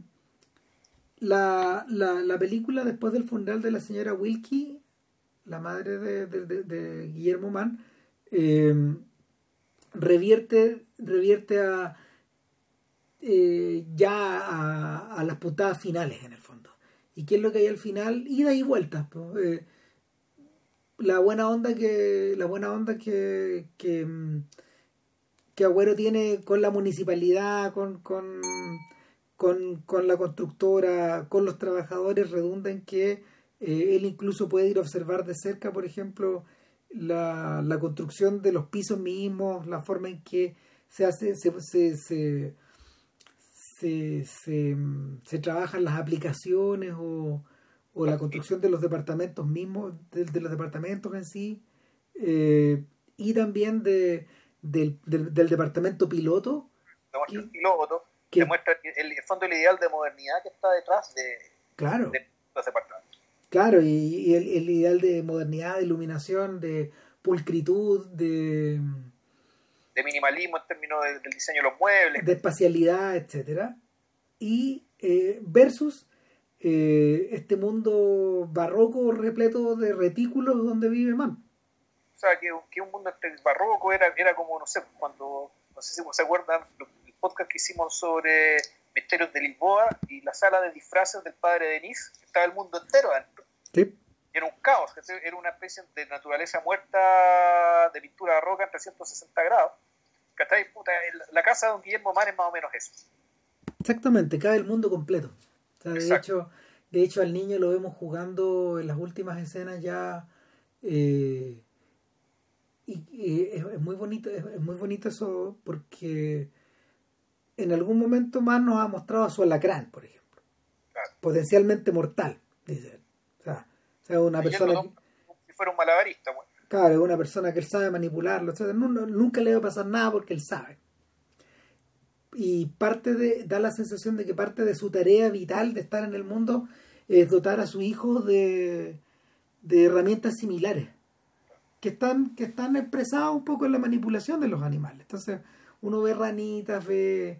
la, la, la película, después del funeral de la señora Wilkie, la madre de, de, de, de Guillermo Mann, eh, revierte revierte a eh, ya a, a las puntadas finales en el fondo. ¿Y qué es lo que hay al final? Ida y vueltas. Pues. Eh, la buena onda que la buena onda que que, que Agüero tiene con la municipalidad, con, con, con, con la constructora, con los trabajadores, redunda en que eh, él incluso puede ir a observar de cerca, por ejemplo, la, la construcción de los pisos mismos, la forma en que se hace, se, se, se, se, se, se trabajan las aplicaciones o, o la construcción de los departamentos mismos, de, de los departamentos en sí, eh, y también de Del, del, del departamento piloto.
Demuestra el piloto, que demuestra el, el fondo el ideal de modernidad que está detrás de,
claro,
de los departamentos.
Claro, y, y el, el ideal de modernidad, de iluminación, de pulcritud, de,
de minimalismo en términos de, del diseño de los muebles,
de espacialidad, etcétera. Y eh, versus eh, este mundo barroco repleto de retículos donde vive Mann.
O sea, que, que un mundo barroco era, era como, no sé, cuando, no sé si se acuerdan, el podcast que hicimos sobre Misterios de Lisboa y la sala de disfraces del padre Denis, estaba el mundo entero adentro.
Sí.
Era un caos, era una especie de naturaleza muerta de pintura de roca en trescientos sesenta grados. Puta, la casa de don Guillermo Mann es más o menos eso.
Exactamente, cae el mundo completo. O sea, de, hecho, de hecho, al niño lo vemos jugando en las últimas escenas ya... Eh, Y, y es, es muy bonito es, es muy bonito eso porque en algún momento más nos ha mostrado a su alacrán, por ejemplo, claro. Potencialmente mortal, dice él. O sea, o sea una persona
no,
que,
si fuera un malabarista, bueno.
Claro, una persona que él sabe manipularlo, etcétera. No, no, nunca le va a pasar nada porque él sabe. Y parte de da la sensación de que parte de su tarea vital de estar en el mundo es dotar a su hijo de, de herramientas similares. Que están, que están expresadas un poco en la manipulación de los animales. Entonces, uno ve ranitas, ve,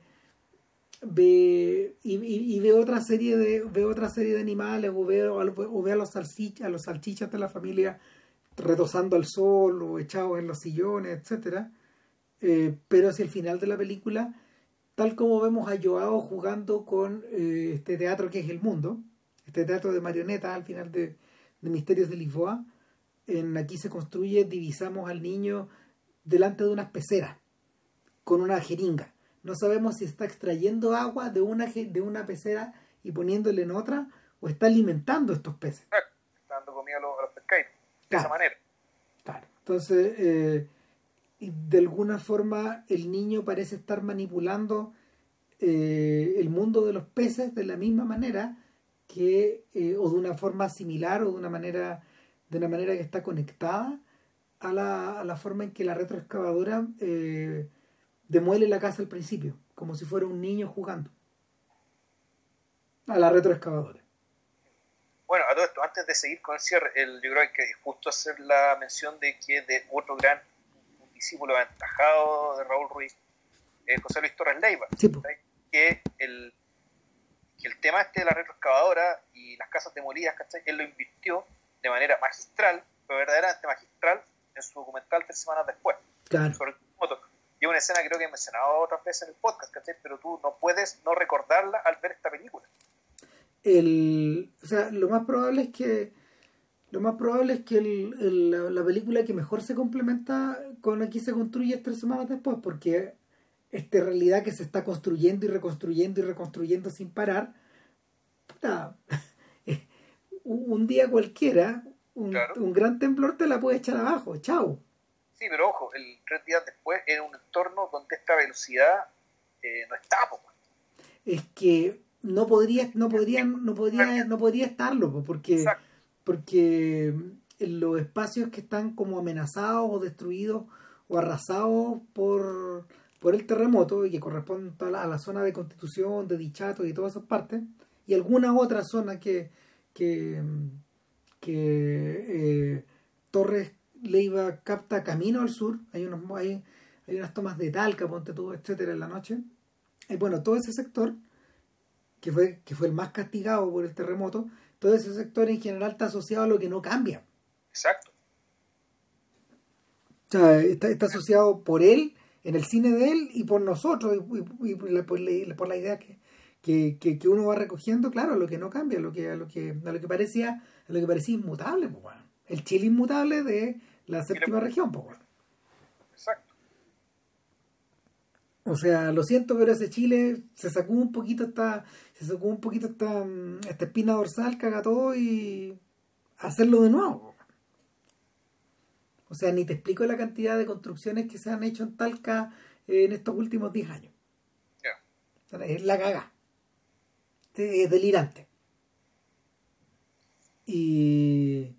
ve y, y, y ve otra serie de, ve otra serie de animales, o ve, o ve a los salchichas, a los salchichas de la familia retosando al sol, o echados en los sillones, etcétera. Eh, pero hacia el final de la película, tal como vemos a Joao jugando con eh, este teatro que es el mundo, este teatro de marionetas al final de, de Misterios de Lisboa. En aquí se construye, divisamos al niño delante de unas peceras con una jeringa. No sabemos si está extrayendo agua de una de una pecera y poniéndole en otra, o está alimentando estos peces.
Claro, está dando comida a los, a los pescados, de
claro,
esa manera.
Claro. Entonces, eh, de alguna forma, el niño parece estar manipulando eh, el mundo de los peces de la misma manera que, eh, o de una forma similar, o de una manera de una manera que está conectada a la, a la forma en que la retroexcavadora eh, demuele la casa al principio, como si fuera un niño jugando a la retroexcavadora.
Bueno, a todo esto, antes de seguir con el cierre, el, yo creo que es justo hacer la mención de que de otro gran un discípulo aventajado de Raúl Ruiz, eh, José Luis Torres Leiva,
Sí, po.
que el, que el tema este de la retroexcavadora y las casas demolidas, ¿cachai? Él lo invirtió de manera magistral, pero verdaderamente magistral, en su documental Tres Semanas Después,
Claro.
sobre el terremoto. Y es una escena que creo que he mencionado otras veces en el podcast, ¿cachai? Pero tú no puedes no recordarla al ver esta película.
El, o sea, lo más probable es que lo más probable es que el, el- la, la película que mejor se complementa con la que se construye Tres Semanas Después, porque esta realidad que se está construyendo y reconstruyendo y reconstruyendo sin parar, puta, un, un día cualquiera, un,
Claro.
un gran temblor te la puede echar abajo, chao.
Sí, pero ojo, el tres días después era un entorno donde esta velocidad eh, no está, po.
Es que no podría, no podrían, no podría, no podría estarlo, po, porque,
Exacto.
porque en los espacios que están como amenazados o destruidos o arrasados por, por el terremoto y que corresponden a la, a la zona de Constitución, de Dichato y todas esas partes, y algunas otras zonas que, que, que eh, Torres Leiva capta camino al sur, hay unos hay, hay unas tomas de Talca, ponte tú, etcétera, en la noche. Y bueno, todo ese sector, que fue, que fue el más castigado por el terremoto, todo ese sector en general está asociado a lo que no cambia.
Exacto.
O sea, está, está asociado por él, en el cine de él, y por nosotros, y, y- y por, la, por la- por la idea que, que, que, que uno va recogiendo, claro, a lo que no cambia, a lo que, a lo que, a lo que parecía, a lo que parecía inmutable, pues, bueno. El Chile inmutable de la séptima región, pues, bueno.
Exacto.
O sea, lo siento, pero ese Chile se sacó un poquito esta, se sacó un poquito esta, mm, esta espina dorsal, caga todo y hacerlo de nuevo. O sea, ni te explico la cantidad de construcciones que se han hecho en Talca eh, en estos últimos diez años.
Ya.
O sea, es la caga. Es delirante. Y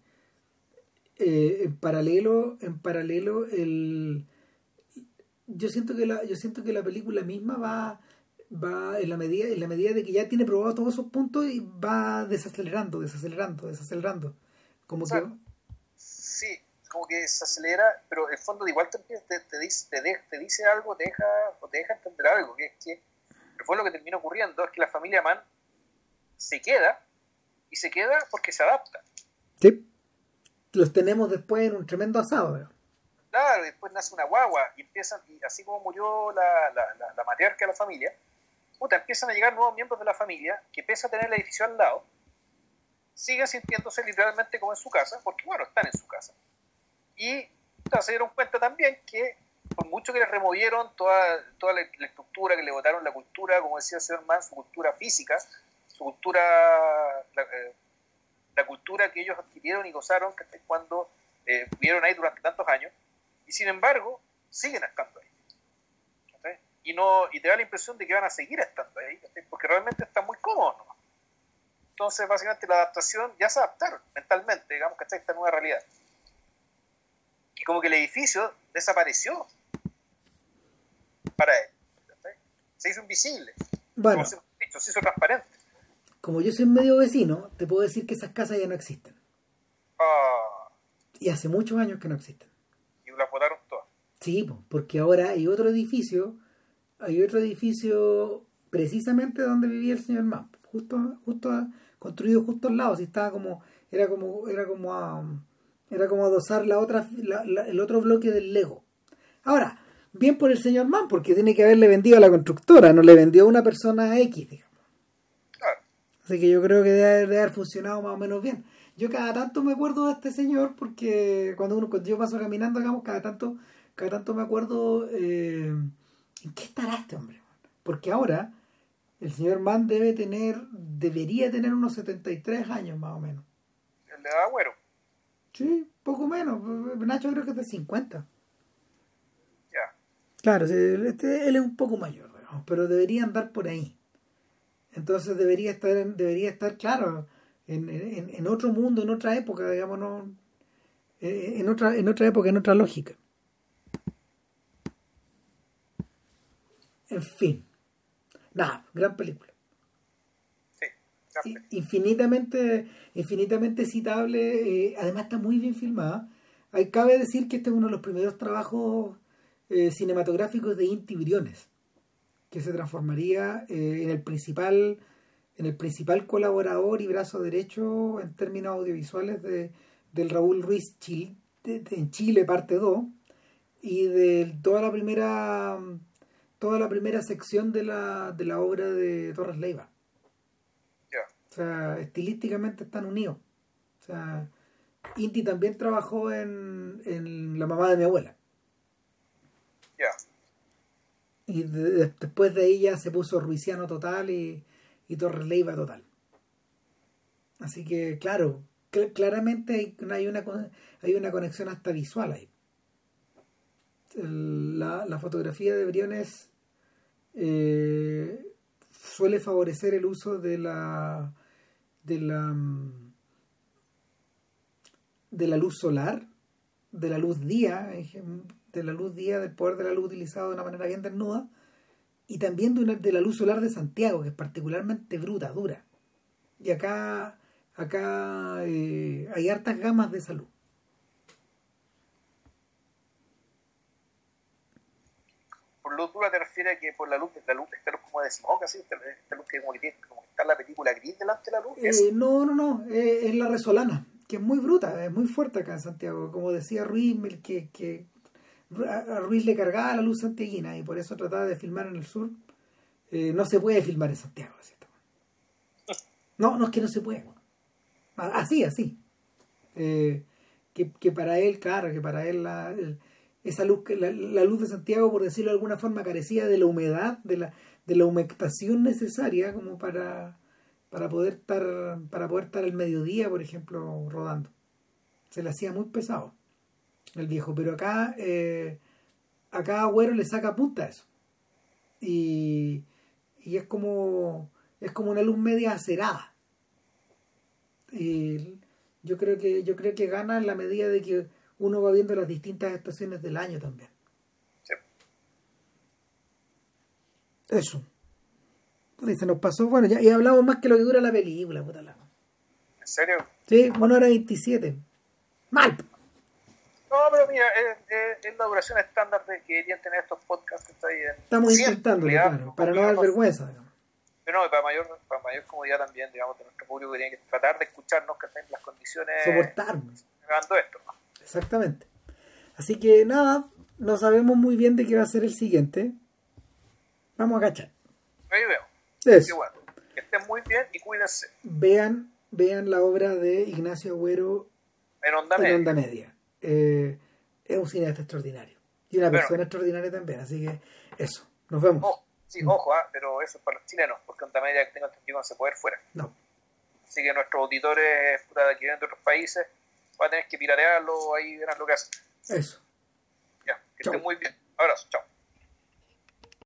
eh, en paralelo, en paralelo, el yo siento que la, yo siento que la película misma va, va en la medida, en la medida de que ya tiene probado todos esos puntos y va desacelerando, desacelerando, desacelerando. Como
O
que
sea, sí, como que se acelera, pero el fondo de igual te, te, te dice, te, de- te dice algo, te deja, o te deja entender algo, que es que fue lo que terminó ocurriendo, es que la familia Mann se queda, y se queda porque se adapta.
sí, los tenemos después en un tremendo asado. ¿No?
Claro, y después nace una guagua, y empiezan, y así como murió la, la, la, la matriarca de la familia, puta, empiezan a llegar nuevos miembros de la familia, que pese a tener el edificio al lado, siguen sintiéndose literalmente como en su casa, porque bueno, están en su casa. Y puta, se dieron cuenta también que por mucho que les removieron toda, toda la, la estructura, que le botaron la cultura, como decía el señor Mann, su cultura física, su cultura, la, eh, la cultura que ellos adquirieron y gozaron que cuando eh, vivieron ahí durante tantos años, y sin embargo, siguen estando ahí. ¿Sí? Y, no, y te da la impresión de que van a seguir estando ahí, ¿sí? Porque realmente están muy cómodos, ¿no? Entonces, básicamente, la adaptación ya se adaptaron mentalmente, digamos, que está esta nueva realidad. Y como que el edificio desapareció para él. ¿Sí? Se hizo invisible.
Bueno,
Como se, dicho, se hizo transparente.
como yo soy medio vecino, te puedo decir que esas casas ya no existen.
Ah,
Y hace muchos años que no existen.
y las botaron todas.
Sí, po, porque ahora hay otro edificio, hay otro edificio precisamente donde vivía el señor Mann, justo, justo a- construido justo al lado, si estaba como, era como, era como a, era como adosar la otra, la- la- el otro bloque del Lego. Ahora, bien por el señor Mann, porque tiene que haberle vendido a la constructora, no le vendió a una persona X, digamos.
Claro.
Así que yo creo que debe, haber- debe haber funcionado más o menos bien. Yo cada tanto me acuerdo de este señor porque cuando uno cuando yo paso caminando, digamos, cada tanto, cada tanto me acuerdo eh, ¿en qué estará este hombre? Porque ahora el señor Mann debe tener, debería tener unos setenta y tres años más o menos.
El de Agüero.
Sí, poco menos. Nacho creo que es de cincuenta.
Ya.
Claro, sí, este, él es un poco mayor, digamos, pero debería andar por ahí. Entonces debería estar, en- debería estar claro, en, en, en otro mundo, en otra época, digamos, no, eh, en otra, en otra época, en otra lógica. En fin, nada, gran película.
Sí. Ya.
infinitamente, infinitamente citable, eh, además está muy bien filmada. Hay, cabe decir que este es uno de los primeros trabajos eh, cinematográficos de Inti Briones, que se transformaría eh, en el principal en el principal colaborador y brazo derecho en términos audiovisuales de, del Raúl Ruiz Chile, de, de, en Chile parte dos, y de toda la primera toda la primera sección de la, de la obra de Torres Leiva.
Yeah.
O sea, estilísticamente están unidos. O sea, Inti también trabajó en, en La mamá de mi abuela.
Yeah.
Y de, de, después de ahí ya se puso ruisiano total y, y Torres Leiva total. Así que, claro, cl- claramente hay, hay, una, hay una conexión hasta visual ahí. El, la, la fotografía de Briones eh, suele favorecer el uso de la de la de la luz solar, de la luz día, de la luz día, del poder de la luz utilizado de una manera bien desnuda, y también de, una, de la luz solar de Santiago, que es particularmente bruta, dura. Y acá acá eh, hay hartas gamas de esa luz.
Por luz dura te refieres a que por la luz, la luz, esta luz como de smoke, así, esta, esta luz que como, que tiene, como que está la película gris delante de la luz.
Eh, no, no, no, eh, es la resolana, que es muy bruta, es muy fuerte acá en Santiago. Como decía Ruiz, que, que a Ruiz le cargaba la luz santiaguina y por eso trataba de filmar en el sur. Eh, no se puede filmar en Santiago, ¿cierto? No, no es que no se puede. Así, así. Eh, que, que para él, claro, que para él la... El, esa luz, la, la luz de Santiago, por decirlo de alguna forma, carecía de la humedad, de la, de la humectación necesaria como para, para poder estar, para poder estar al mediodía, por ejemplo, rodando. Se le hacía muy pesado el viejo, pero acá eh, acá Agüero le saca punta a eso. Y, y es como es como una luz media acerada. Y yo creo que yo creo que gana en la medida de que uno va viendo las distintas estaciones del año también.
Sí.
Eso. Se nos pasó, bueno, ya, ya hablamos más que lo que dura la película, puta la.
¿En serio?
Sí, una hora veintisiete. Mal.
No, pero mira, es, es, es la duración estándar de que deberían tener estos podcasts que está ahí en
Estamos
cien,
intentándolo,
realidad,
claro, para no dar vergüenza. Digamos.
Pero no, para mayor, para mayor comodidad también, digamos, de nuestro público que tiene que tratar de escucharnos, que estén en las condiciones
soportarnos.
Grabando esto, ¿no?
Exactamente. Así que nada, no sabemos muy bien de qué va a ser el siguiente. Vamos a cachar.
Ahí veo.
Eso.
Qué bueno. Que estén muy bien y cuídense.
Vean, vean la obra de Ignacio Agüero
en Onda
en
Media.
Onda Media. Eh, es un cineasta extraordinario. Y una
Bueno.
persona extraordinaria también. Así que eso. Nos vemos.
Ojo, sí, mm. ojo, ¿eh? Pero eso es para los chilenos, porque Onda Media, que tengo entendido, no se puede ir fuera.
No.
Así que nuestros auditores puta, que vienen de otros países van a tener que piratearlo, ahí verán lo que hacen.
Eso.
Ya, que
Chau.
estén muy bien. Abrazo, chao.